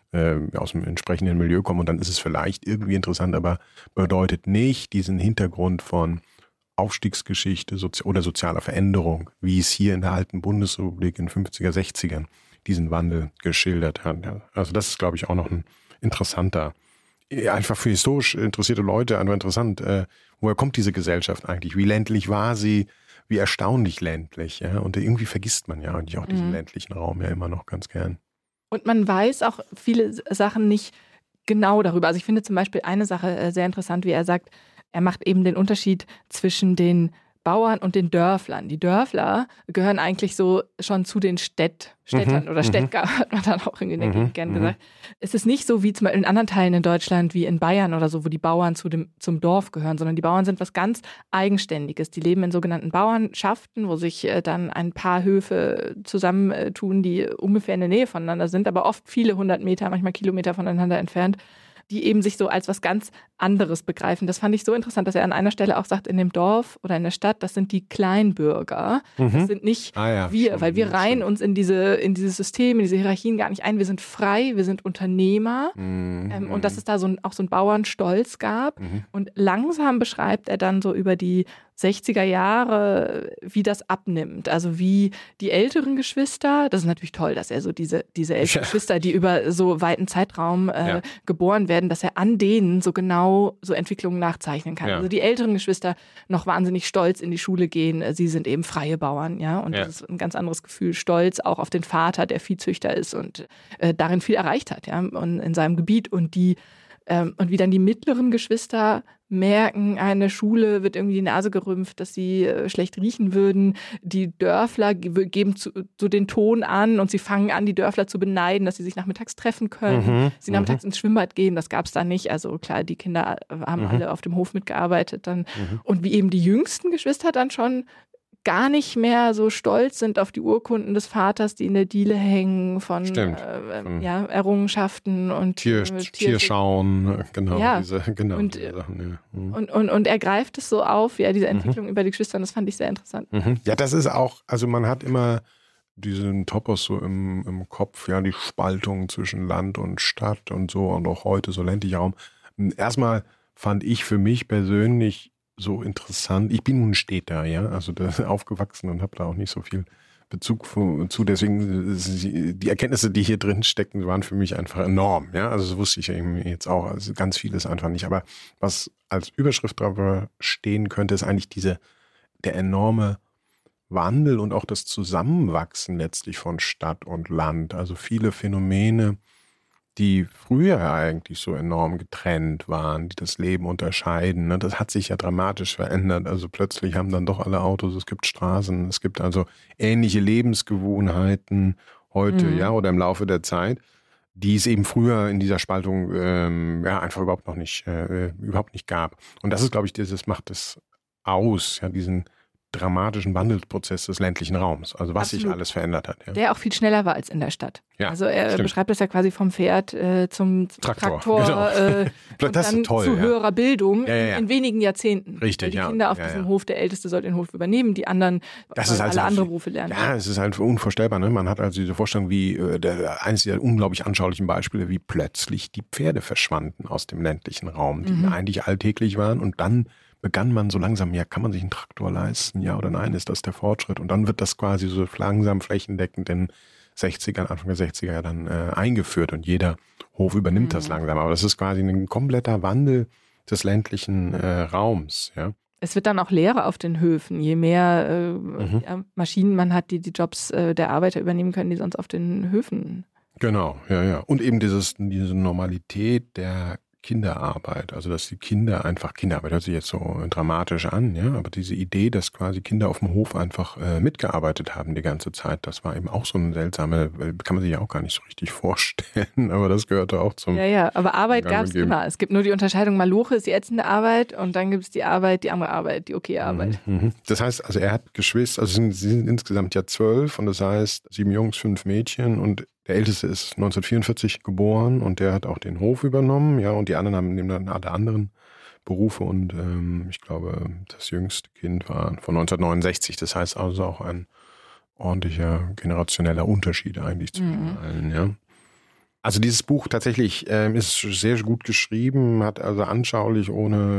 aus dem entsprechenden Milieu kommen und dann ist es vielleicht irgendwie interessant, aber bedeutet nicht diesen Hintergrund von Aufstiegsgeschichte oder sozialer Veränderung, wie es hier in der alten Bundesrepublik in den 50er, 60ern diesen Wandel geschildert hat. Also das ist, glaube ich, auch noch ein interessanter, einfach für historisch interessierte Leute einfach interessant, woher kommt diese Gesellschaft eigentlich, wie ländlich war sie, wie erstaunlich ländlich, ja, und irgendwie vergisst man ja eigentlich auch diesen ländlichen Raum ja immer noch ganz gern. Und man weiß auch viele Sachen nicht genau darüber. Also ich finde zum Beispiel eine Sache sehr interessant, wie er sagt, er macht eben den Unterschied zwischen den Bauern und den Dörflern. Die Dörfler gehören eigentlich so schon zu den Städtern oder Städtger, hat man dann auch in der Gegend gern gesagt. Es ist nicht so wie zum Beispiel in anderen Teilen in Deutschland, wie in Bayern oder so, wo die Bauern zum Dorf gehören, sondern die Bauern sind was ganz Eigenständiges. Die leben in sogenannten Bauernschaften, wo sich dann ein paar Höfe zusammentun, die ungefähr in der Nähe voneinander sind, aber oft viele 100 Meter, manchmal Kilometer voneinander entfernt, die eben sich so als was ganz anderes begreifen. Das fand ich so interessant, dass er an einer Stelle auch sagt, in dem Dorf oder in der Stadt, das sind die Kleinbürger. Das sind nicht wir, weil wir reihen uns in dieses System, in diese Hierarchien gar nicht ein. Wir sind frei, wir sind Unternehmer. Und dass es da auch so einen Bauernstolz gab. Und langsam beschreibt er dann so über die 60er Jahre, wie das abnimmt. Also wie die älteren Geschwister, das ist natürlich toll, dass er so diese älteren Geschwister, die über so weiten Zeitraum geboren werden, dass er an denen so genau so Entwicklungen nachzeichnen kann. Ja. Also die älteren Geschwister noch wahnsinnig stolz in die Schule gehen. Sie sind eben freie Bauern, ja. Und das ist ein ganz anderes Gefühl. Stolz auch auf den Vater, der Viehzüchter ist und darin viel erreicht hat, ja, und in seinem Gebiet. Und wie dann die mittleren Geschwister merken, eine Schule wird irgendwie die Nase gerümpft, dass sie schlecht riechen würden. Die Dörfler geben so den Ton an und sie fangen an, die Dörfler zu beneiden, dass sie sich nachmittags treffen können. Sie nachmittags ins Schwimmbad gehen, das gab es da nicht. Also klar, die Kinder haben alle auf dem Hof mitgearbeitet dann. Und wie eben die jüngsten Geschwister dann schon gar nicht mehr so stolz sind auf die Urkunden des Vaters, die in der Diele hängen von Errungenschaften und Tierschauen, genau. Ja. Diese Sachen. Und er greift es so auf, diese Entwicklung über die Geschwister, und das fand ich sehr interessant. Ja, das ist auch, also man hat immer diesen Topos so im Kopf, ja, die Spaltung zwischen Land und Stadt und so, und auch heute so ländlicher Raum. Erstmal fand ich für mich persönlich so interessant. Ich bin nun Städter, ja, also da aufgewachsen und habe da auch nicht so viel Bezug zu. Deswegen die Erkenntnisse, die hier drin stecken, waren für mich einfach enorm. Ja, also das wusste ich eben jetzt auch. Also ganz vieles einfach nicht. Aber was als Überschrift darüber stehen könnte, ist eigentlich der enorme Wandel und auch das Zusammenwachsen letztlich von Stadt und Land. Also viele Phänomene, die früher eigentlich so enorm getrennt waren, die das Leben unterscheiden. Ne? Das hat sich ja dramatisch verändert. Also plötzlich haben dann doch alle Autos, es gibt Straßen, es gibt also ähnliche Lebensgewohnheiten heute, ja, oder im Laufe der Zeit, die es eben früher in dieser Spaltung einfach überhaupt nicht gab. Und das ist, glaube ich, das macht es aus, ja, diesen dramatischen Wandelsprozess des ländlichen Raums, also was sich alles verändert hat. Ja. Der auch viel schneller war als in der Stadt. Ja, also er beschreibt das ja quasi vom Pferd zum Traktor genau. Und das dann ist toll, zu höherer Bildung Ja. in wenigen Jahrzehnten. Richtig, die Kinder auf diesem Hof, der Älteste soll den Hof übernehmen, die anderen alle andere Berufe lernen. Ja, es ist halt unvorstellbar. Ne? Man hat also diese Vorstellung, wie eines dieser unglaublich anschaulichen Beispiele, wie plötzlich die Pferde verschwanden aus dem ländlichen Raum, die eigentlich alltäglich waren, und dann begann man so langsam, ja, kann man sich einen Traktor leisten, ja oder nein, ist das der Fortschritt? Und dann wird das quasi so langsam flächendeckend in Anfang der 60er dann eingeführt, und jeder Hof übernimmt das langsam. Aber das ist quasi ein kompletter Wandel des ländlichen Raums, ja. Es wird dann auch leerer auf den Höfen, je mehr Maschinen man hat, die Jobs der Arbeiter übernehmen können, die sonst auf den Höfen. Genau, ja. Und eben diese Normalität der Kinderarbeit, also dass die Kinderarbeit hört sich jetzt so dramatisch an, ja, aber diese Idee, dass quasi Kinder auf dem Hof einfach mitgearbeitet haben die ganze Zeit, das war eben auch so eine seltsame, kann man sich ja auch gar nicht so richtig vorstellen, aber das gehörte auch zum... Ja, aber Arbeit gab es immer. Es gibt nur die Unterscheidung, Maloche ist die ätzende Arbeit, und dann gibt es die andere Arbeit, die okay Arbeit. Das heißt, also er hat Geschwister, also sie sind insgesamt ja 12, und das heißt 7 Jungs, 5 Mädchen, und der Älteste ist 1944 geboren, und der hat auch den Hof übernommen, ja, und die anderen nehmen dann alle anderen Berufe, und ich glaube, das jüngste Kind war von 1969. Das heißt also auch ein ordentlicher generationeller Unterschied eigentlich zwischen allen, ja. Also dieses Buch tatsächlich ist sehr gut geschrieben, hat also anschaulich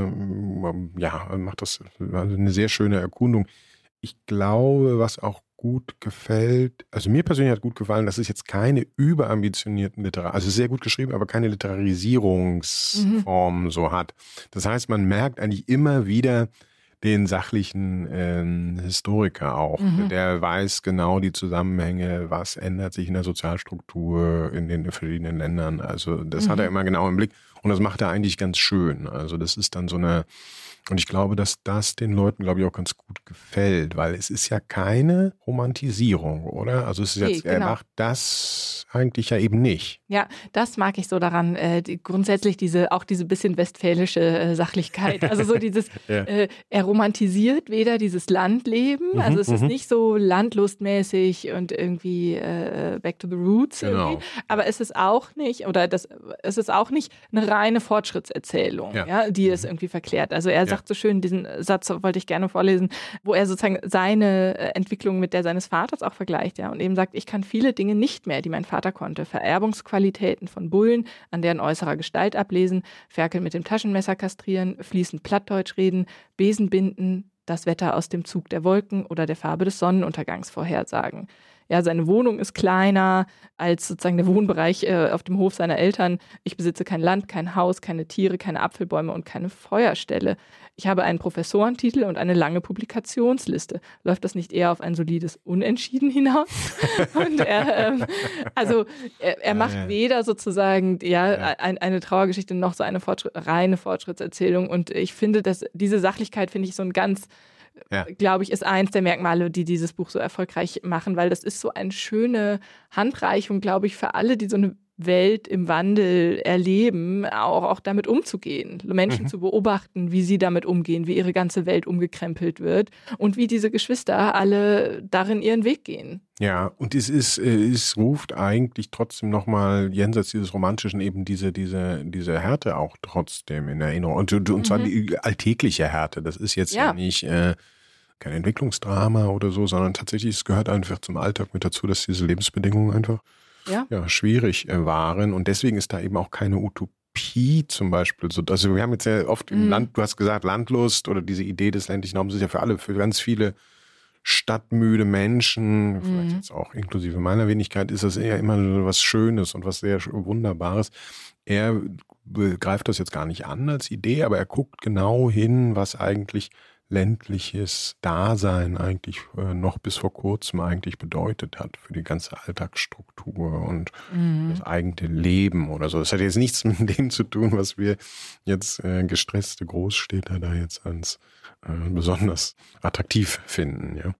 macht das also eine sehr schöne Erkundung. Ich glaube, was auch gut gefällt, also mir persönlich hat gut gefallen, dass es jetzt keine überambitionierten also sehr gut geschrieben, aber keine Literarisierungsform so hat. Das heißt, man merkt eigentlich immer wieder den sachlichen Historiker auch. Der weiß genau die Zusammenhänge, was ändert sich in der Sozialstruktur in den verschiedenen Ländern. Also das hat er immer genau im Blick, und das macht er eigentlich ganz schön. Also das ist dann so eine, und ich glaube, dass das den Leuten, glaube ich, auch ganz gut gefällt, weil es ist ja keine Romantisierung, oder? Also es ist jetzt, er macht das eigentlich ja eben nicht. Ja, das mag ich so daran. Grundsätzlich diese bisschen westfälische Sachlichkeit. Also so dieses, er romantisiert weder dieses Landleben, also es ist nicht so landlustmäßig und irgendwie back to the roots irgendwie, aber es ist auch nicht, es ist auch nicht eine reine Fortschrittserzählung, die es irgendwie verklärt. Also er sagt so schön, diesen Satz wollte ich gerne vorlesen, wo er sozusagen seine Entwicklung mit der seines Vaters auch vergleicht, und eben sagt, ich kann viele Dinge nicht mehr, die mein Vater konnte. Vererbungsqualitäten von Bullen, an deren äußerer Gestalt ablesen, Ferkel mit dem Taschenmesser kastrieren, fließend Plattdeutsch reden, Besen binden, das Wetter aus dem Zug der Wolken oder der Farbe des Sonnenuntergangs vorhersagen. Ja, seine Wohnung ist kleiner als sozusagen der Wohnbereich auf dem Hof seiner Eltern. Ich besitze kein Land, kein Haus, keine Tiere, keine Apfelbäume und keine Feuerstelle. Ich habe einen Professorentitel und eine lange Publikationsliste. Läuft das nicht eher auf ein solides Unentschieden hinaus? Und er macht weder sozusagen eine Trauergeschichte noch so eine reine Fortschrittserzählung. Und ich finde, dass diese Sachlichkeit, finde ich, so ein ganz glaube ich, ist eins der Merkmale, die dieses Buch so erfolgreich machen, weil das ist so eine schöne Handreichung, glaube ich, für alle, die so eine Welt im Wandel erleben, auch damit umzugehen, Menschen zu beobachten, wie sie damit umgehen, wie ihre ganze Welt umgekrempelt wird und wie diese Geschwister alle darin ihren Weg gehen. Ja, und es ruft eigentlich trotzdem nochmal jenseits dieses Romantischen eben diese Härte auch trotzdem in Erinnerung. Und zwar die alltägliche Härte. Das ist jetzt ja nicht kein Entwicklungsdrama oder so, sondern tatsächlich, es gehört einfach zum Alltag mit dazu, dass diese Lebensbedingungen einfach schwierig waren. Und deswegen ist da eben auch keine Utopie zum Beispiel. Also wir haben jetzt ja oft im Land, du hast gesagt, Landlust oder diese Idee des ländlichen Raums ist ja für alle, für ganz viele stadtmüde Menschen, vielleicht jetzt auch inklusive meiner Wenigkeit, ist das eher immer so was Schönes und was sehr Wunderbares. Er greift das jetzt gar nicht an als Idee, aber er guckt genau hin, was eigentlich ländliches Dasein eigentlich noch bis vor kurzem eigentlich bedeutet hat für die ganze Alltagsstruktur und das eigene Leben oder so. Das hat jetzt nichts mit dem zu tun, was wir jetzt gestresste Großstädter da jetzt als besonders attraktiv finden. Ja.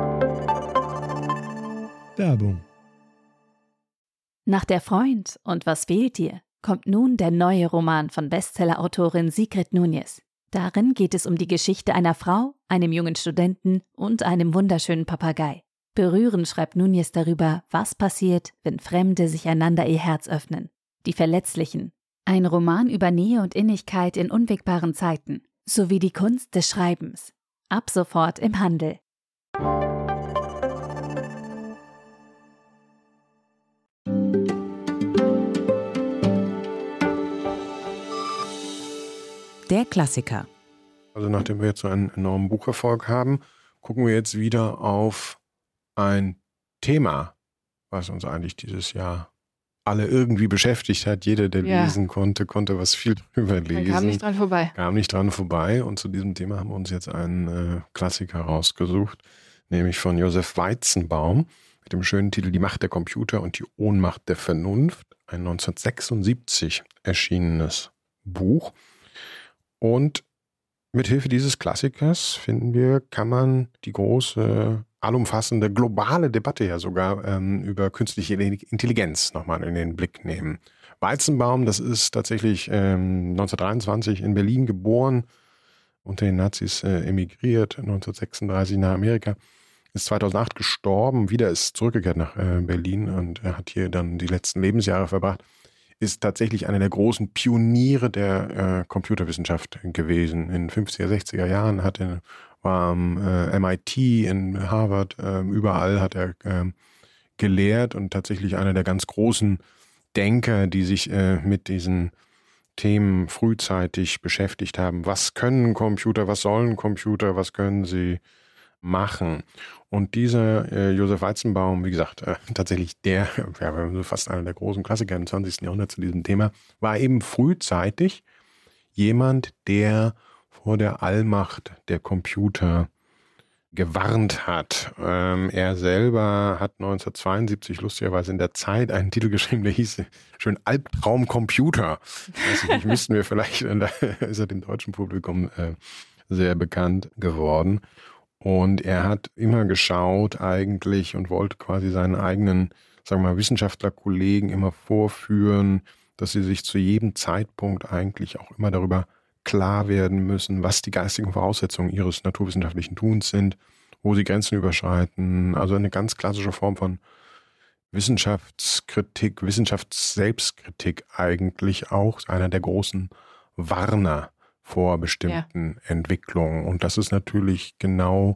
Werbung. Nach Der Freund und Was fehlt dir? Kommt nun der neue Roman von Bestsellerautorin Sigrid Núñez. Darin geht es um die Geschichte einer Frau, einem jungen Studenten und einem wunderschönen Papagei. Berührend schreibt Núñez darüber, was passiert, wenn Fremde sich einander ihr Herz öffnen. Die Verletzlichen. Ein Roman über Nähe und Innigkeit in unwägbaren Zeiten. Sowie die Kunst des Schreibens. Ab sofort im Handel. Der Klassiker. Also nachdem wir jetzt so einen enormen Bucherfolg haben, gucken wir jetzt wieder auf ein Thema, was uns eigentlich dieses Jahr alle irgendwie beschäftigt hat. Jeder, der lesen konnte was viel drüber lesen. Man kam nicht dran vorbei. Und zu diesem Thema haben wir uns jetzt einen Klassiker rausgesucht, nämlich von Josef Weizenbaum mit dem schönen Titel Die Macht der Computer und die Ohnmacht der Vernunft. Ein 1976 erschienenes Buch. Und mit Hilfe dieses Klassikers, finden wir, kann man die große, allumfassende, globale Debatte ja sogar über künstliche Intelligenz nochmal in den Blick nehmen. Weizenbaum, das ist tatsächlich 1923 in Berlin geboren, unter den Nazis emigriert, 1936 nach Amerika, ist 2008 gestorben, wieder ist zurückgekehrt nach Berlin und er hat hier dann die letzten Lebensjahre verbracht. Ist tatsächlich einer der großen Pioniere der Computerwissenschaft gewesen. In den 50er, 60er Jahren war am MIT, in Harvard, überall hat er gelehrt und tatsächlich einer der ganz großen Denker, die sich mit diesen Themen frühzeitig beschäftigt haben. Was können Computer, was sollen Computer, was können sie machen? Und dieser Josef Weizenbaum, wie gesagt, tatsächlich fast einer der großen Klassiker im 20. Jahrhundert zu diesem Thema, war eben frühzeitig jemand, der vor der Allmacht der Computer gewarnt hat. Er selber hat 1972 lustigerweise in der Zeit einen Titel geschrieben, der hieß schön Albtraumcomputer. Weiß ich nicht, müssten wir vielleicht, da ist er dem deutschen Publikum sehr bekannt geworden. Und er hat immer geschaut eigentlich und wollte quasi seinen eigenen, sagen wir mal, Wissenschaftlerkollegen immer vorführen, dass sie sich zu jedem Zeitpunkt eigentlich auch immer darüber klar werden müssen, was die geistigen Voraussetzungen ihres naturwissenschaftlichen Tuns sind, wo sie Grenzen überschreiten. Also eine ganz klassische Form von Wissenschaftskritik, Wissenschaftsselbstkritik eigentlich auch, einer der großen Warner vor bestimmten Entwicklungen. Und das ist natürlich genau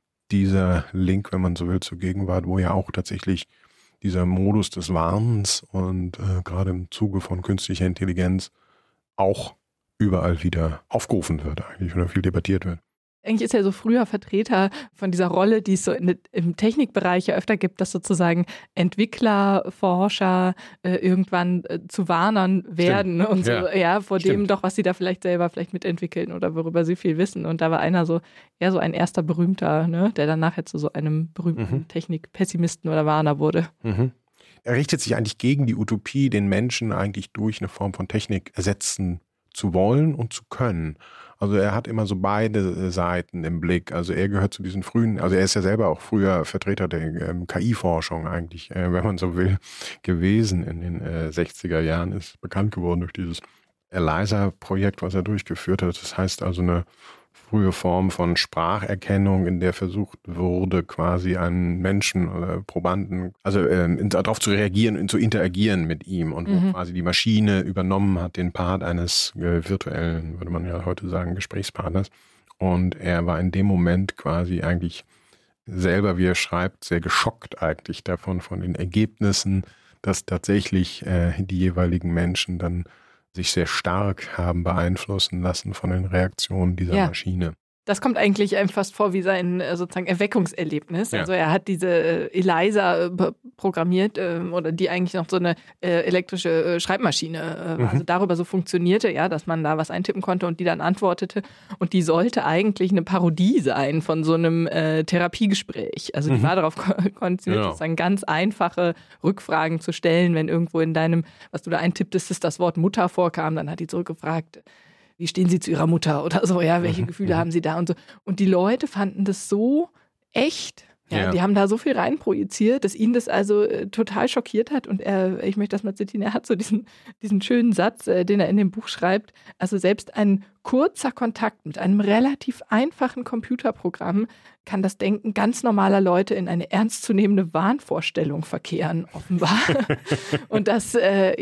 dieser Link, wenn man so will, zur Gegenwart, wo ja auch tatsächlich dieser Modus des Warnens und gerade im Zuge von künstlicher Intelligenz auch überall wieder aufgerufen wird eigentlich oder viel debattiert wird. Eigentlich ist er so früher Vertreter von dieser Rolle, die es so im Technikbereich ja öfter gibt, dass sozusagen Entwickler, Forscher irgendwann zu Warnern werden. Stimmt. Und so, vor dem doch, was sie da vielleicht selber mitentwickeln oder worüber sie viel wissen. Und da war einer so ein erster Berühmter, ne, der dann nachher zu so einem berühmten Technikpessimisten oder Warner wurde. Mhm. Er richtet sich eigentlich gegen die Utopie, den Menschen eigentlich durch eine Form von Technik ersetzen zu wollen und zu können. Also er hat immer so beide Seiten im Blick. Also er gehört zu diesen frühen, also er ist ja selber auch früher Vertreter der KI-Forschung eigentlich, wenn man so will, gewesen in den 60er Jahren, ist bekannt geworden durch dieses ELIZA-Projekt, was er durchgeführt hat. Das heißt also eine frühe Form von Spracherkennung, in der versucht wurde, quasi einen Menschen oder Probanden, also darauf zu reagieren und zu interagieren mit ihm und wo quasi die Maschine übernommen hat den Part eines virtuellen, würde man ja heute sagen, Gesprächspartners. Und er war in dem Moment quasi eigentlich selber, wie er schreibt, sehr geschockt eigentlich davon, von den Ergebnissen, dass tatsächlich die jeweiligen Menschen dann sich sehr stark haben beeinflussen lassen von den Reaktionen dieser Maschine. Das kommt eigentlich einem fast vor wie sein sozusagen Erweckungserlebnis. Ja. Also er hat diese ELIZA programmiert oder die eigentlich noch so eine elektrische Schreibmaschine, also darüber so funktionierte, dass man da was eintippen konnte und die dann antwortete. Und die sollte eigentlich eine Parodie sein von so einem Therapiegespräch. Also die war darauf konditioniert, sozusagen ganz einfache Rückfragen zu stellen, wenn irgendwo in deinem, was du da eintipptest, das Wort Mutter vorkam, dann hat die zurückgefragt, wie stehen Sie zu Ihrer Mutter oder so, welche Gefühle haben Sie da und so. Und die Leute fanden das so echt, die haben da so viel reinprojiziert, dass ihn das also total schockiert hat. Und ich möchte das mal zitieren, er hat so diesen schönen Satz, den er in dem Buch schreibt, also selbst ein kurzer Kontakt mit einem relativ einfachen Computerprogramm kann das Denken ganz normaler Leute in eine ernstzunehmende Wahnvorstellung verkehren, offenbar. Und das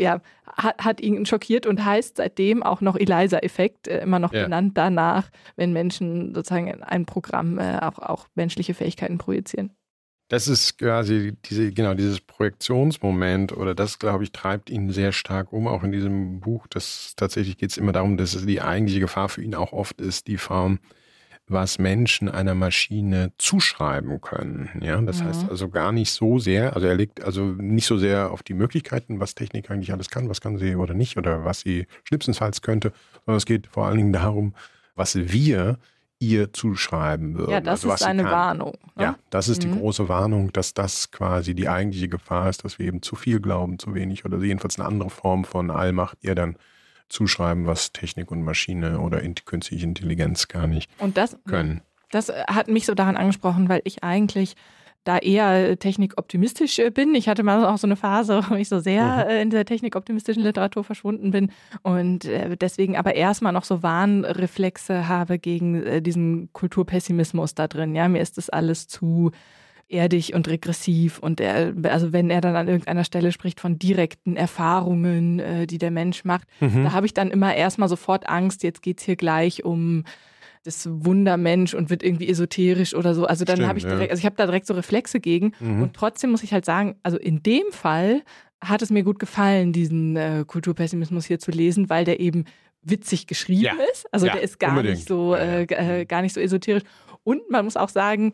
hat ihn schockiert und heißt seitdem auch noch ELIZA-Effekt, immer noch benannt danach, wenn Menschen sozusagen in ein Programm auch menschliche Fähigkeiten projizieren. Das ist quasi dieses Projektionsmoment oder das, glaube ich, treibt ihn sehr stark um, auch in diesem Buch. Tatsächlich geht es immer darum, dass es die eigentliche Gefahr für ihn auch oft ist, die Form, was Menschen einer Maschine zuschreiben können. Ja, das heißt also gar nicht so sehr, also er legt also nicht so sehr auf die Möglichkeiten, was Technik eigentlich alles kann, was kann sie oder nicht oder was sie schlimmstenfalls könnte, sondern es geht vor allen Dingen darum, was wir ihr zuschreiben würden. Ja, das ist eine Warnung. Ne? Ja, das ist die große Warnung, dass das quasi die eigentliche Gefahr ist, dass wir eben zu viel glauben, zu wenig oder jedenfalls eine andere Form von Allmacht ihr dann zuschreiben, was Technik und Maschine oder künstliche Intelligenz gar nicht können. Das hat mich so daran angesprochen, weil ich eigentlich da eher technikoptimistisch bin. Ich hatte mal auch so eine Phase, wo ich so sehr in dieser technikoptimistischen Literatur verschwunden bin und deswegen aber erstmal noch so Warnreflexe habe gegen diesen Kulturpessimismus da drin. Ja, mir ist das alles zu erdig und regressiv und also wenn er dann an irgendeiner Stelle spricht von direkten Erfahrungen, die der Mensch macht, da habe ich dann immer erstmal sofort Angst, jetzt geht's hier gleich um das Wundermensch und wird irgendwie esoterisch oder so. Also dann habe ich direkt, also ich habe da direkt so Reflexe gegen und trotzdem muss ich halt sagen, also in dem Fall hat es mir gut gefallen, diesen Kulturpessimismus hier zu lesen, weil der eben witzig geschrieben ist. Also der ist gar nicht so esoterisch. Und man muss auch sagen,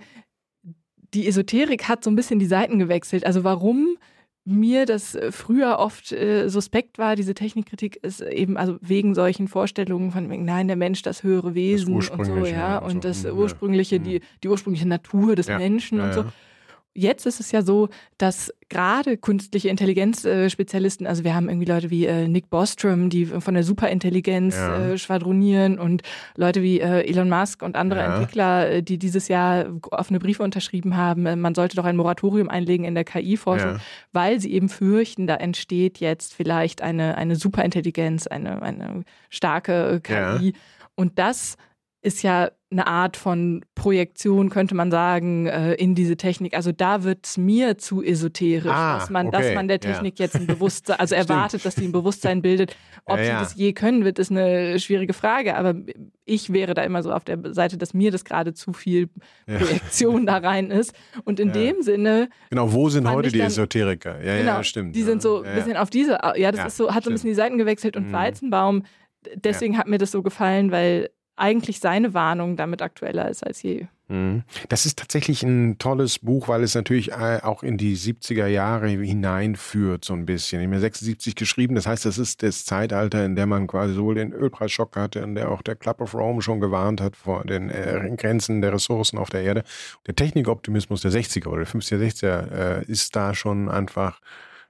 die Esoterik hat so ein bisschen die Seiten gewechselt. Also warum mir das früher oft suspekt war, diese Technikkritik, ist eben also wegen solchen Vorstellungen von, nein, der Mensch, das höhere Wesen und so, und das ursprüngliche, die ursprüngliche Natur des Menschen und so. Jetzt ist es ja so, dass gerade künstliche Intelligenz-Spezialisten, also wir haben irgendwie Leute wie Nick Bostrom, die von der Superintelligenz schwadronieren und Leute wie Elon Musk und andere Entwickler, die dieses Jahr offene Briefe unterschrieben haben, man sollte doch ein Moratorium einlegen in der KI-Forschung, weil sie eben fürchten, da entsteht jetzt vielleicht eine Superintelligenz, eine starke KI. Und das ist ja eine Art von Projektion, könnte man sagen, in diese Technik. Also da wird es mir zu esoterisch, dass man der Technik jetzt ein Bewusstsein, also erwartet, dass sie ein Bewusstsein bildet. Ob sie das je können wird, ist eine schwierige Frage. Aber ich wäre da immer so auf der Seite, dass mir das gerade zu viel Projektion da rein ist. Und in dem Sinne... Genau, wo sind heute die Esoteriker? Ja, stimmt. Die sind so ein bisschen auf diese... Ja, das ist so, hat so ein bisschen die Seiten gewechselt. Und Weizenbaum, deswegen hat mir das so gefallen, weil eigentlich seine Warnung damit aktueller ist als je. Das ist tatsächlich ein tolles Buch, weil es natürlich auch in die 70er Jahre hineinführt so ein bisschen. Ich habe 76 geschrieben, das heißt, das ist das Zeitalter, in dem man quasi sowohl den Ölpreisschock hatte, in der auch der Club of Rome schon gewarnt hat vor den Grenzen der Ressourcen auf der Erde. Der Technikoptimismus der 60er oder der 50er, 60er ist da schon einfach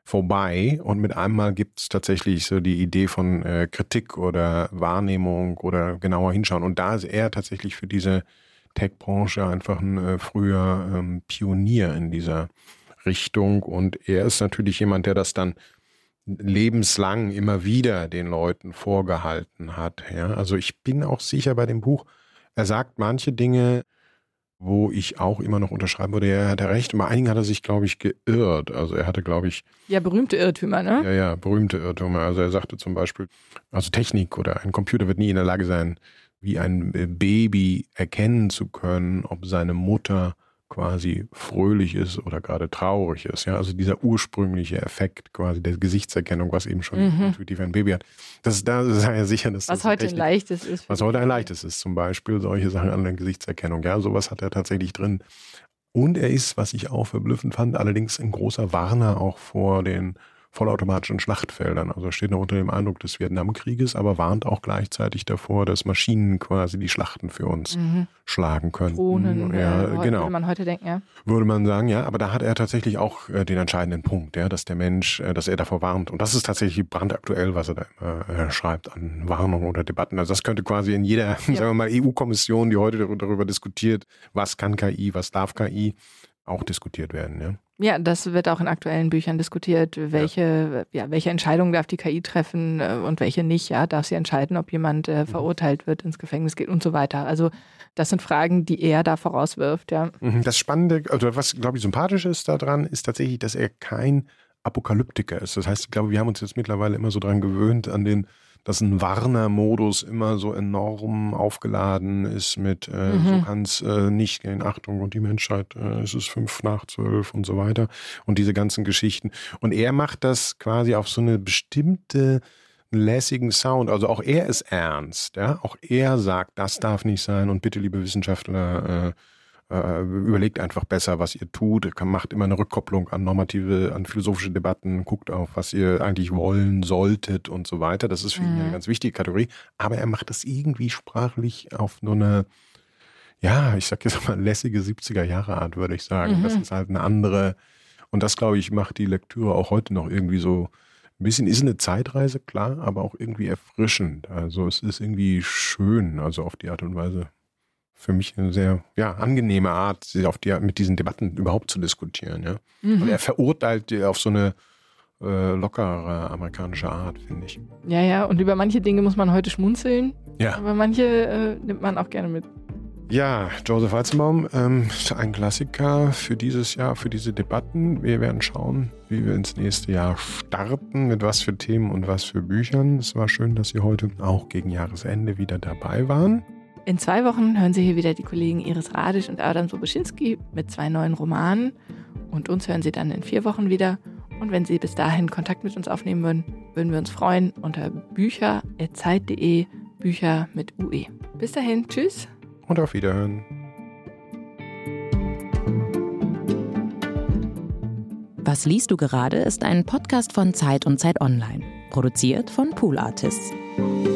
vorbei und mit einmal gibt es tatsächlich so die Idee von Kritik oder Wahrnehmung oder genauer hinschauen. Und da ist er tatsächlich für diese Tech-Branche einfach ein früher Pionier in dieser Richtung. Und er ist natürlich jemand, der das dann lebenslang immer wieder den Leuten vorgehalten hat. Ja? Also ich bin auch sicher bei dem Buch, er sagt manche Dinge, wo ich auch immer noch unterschreiben würde, er hatte recht. Bei einigen hat er sich, glaube ich, geirrt. Also er hatte, glaube ich... Ja, berühmte Irrtümer, ne? Ja, berühmte Irrtümer. Also er sagte zum Beispiel, also Technik oder ein Computer wird nie in der Lage sein, wie ein Baby erkennen zu können, ob seine Mutter quasi fröhlich ist oder gerade traurig ist. Ja, also dieser ursprüngliche Effekt quasi der Gesichtserkennung, was eben schon intuitiv ein Baby hat. Da ist ja sicher, dass was heute ein leichtes ist. Was heute ein leichtes ist, zum Beispiel solche Sachen an der Gesichtserkennung. Ja, sowas hat er tatsächlich drin. Und er ist, was ich auch verblüffend fand, allerdings ein großer Warner auch vor den vollautomatischen Schlachtfeldern. Also er steht noch unter dem Eindruck des Vietnamkrieges, aber warnt auch gleichzeitig davor, dass Maschinen quasi die Schlachten für uns schlagen können. Drohnen, genau. Würde man heute denken, ja. Würde man sagen, ja. Aber da hat er tatsächlich auch den entscheidenden Punkt, ja, dass der Mensch, dass er davor warnt. Und das ist tatsächlich brandaktuell, was er da immer schreibt an Warnungen oder Debatten. Also das könnte quasi in jeder, sagen wir mal, EU-Kommission, die heute darüber diskutiert, was kann KI, was darf KI, auch diskutiert werden, ja. Ja, das wird auch in aktuellen Büchern diskutiert. Welche Entscheidungen darf die KI treffen und welche nicht? Ja, darf sie entscheiden, ob jemand verurteilt wird, ins Gefängnis geht und so weiter. Also das sind Fragen, die er da vorauswirft, ja. Das Spannende, also was, glaube ich, sympathisch ist daran, ist tatsächlich, dass er kein Apokalyptiker ist. Das heißt, ich glaube, wir haben uns jetzt mittlerweile immer so dran gewöhnt, dass ein Warner-Modus immer so enorm aufgeladen ist mit so kann es nicht gehen, Achtung und die Menschheit, es ist 11:55 und so weiter und diese ganzen Geschichten. Und er macht das quasi auf so eine bestimmte lässigen Sound. Also auch er ist ernst. Ja? Auch er sagt, das darf nicht sein und bitte, liebe Wissenschaftler, überlegt einfach besser, was ihr tut, macht immer eine Rückkopplung an philosophische Debatten, guckt auf, was ihr eigentlich wollen solltet und so weiter. Das ist für ihn eine ganz wichtige Kategorie. Aber er macht das irgendwie sprachlich auf so eine, ja, ich sag jetzt mal lässige 70er-Jahre-Art, würde ich sagen. Das ist halt eine andere, und das, glaube ich, macht die Lektüre auch heute noch irgendwie so ein bisschen, ist eine Zeitreise, klar, aber auch irgendwie erfrischend. Also es ist irgendwie schön, also auf die Art und Weise. Für mich eine sehr angenehme Art, mit diesen Debatten überhaupt zu diskutieren. Ja? Und er verurteilt auf so eine lockere amerikanische Art, finde ich. Ja, und über manche Dinge muss man heute schmunzeln, aber manche nimmt man auch gerne mit. Ja, Joseph Weizenbaum, ein Klassiker für dieses Jahr, für diese Debatten. Wir werden schauen, wie wir ins nächste Jahr starten, mit was für Themen und was für Büchern. Es war schön, dass Sie heute auch gegen Jahresende wieder dabei waren. In 2 Wochen hören Sie hier wieder die Kollegen Iris Radisch und Adam Soboschinski mit 2 neuen Romanen. Und uns hören Sie dann in 4 Wochen wieder. Und wenn Sie bis dahin Kontakt mit uns aufnehmen würden, würden wir uns freuen unter bücher@zeit.de, Bücher mit UE. Bis dahin, tschüss. Und auf Wiederhören. Was liest du gerade ist ein Podcast von Zeit und Zeit Online, produziert von Pool Artists.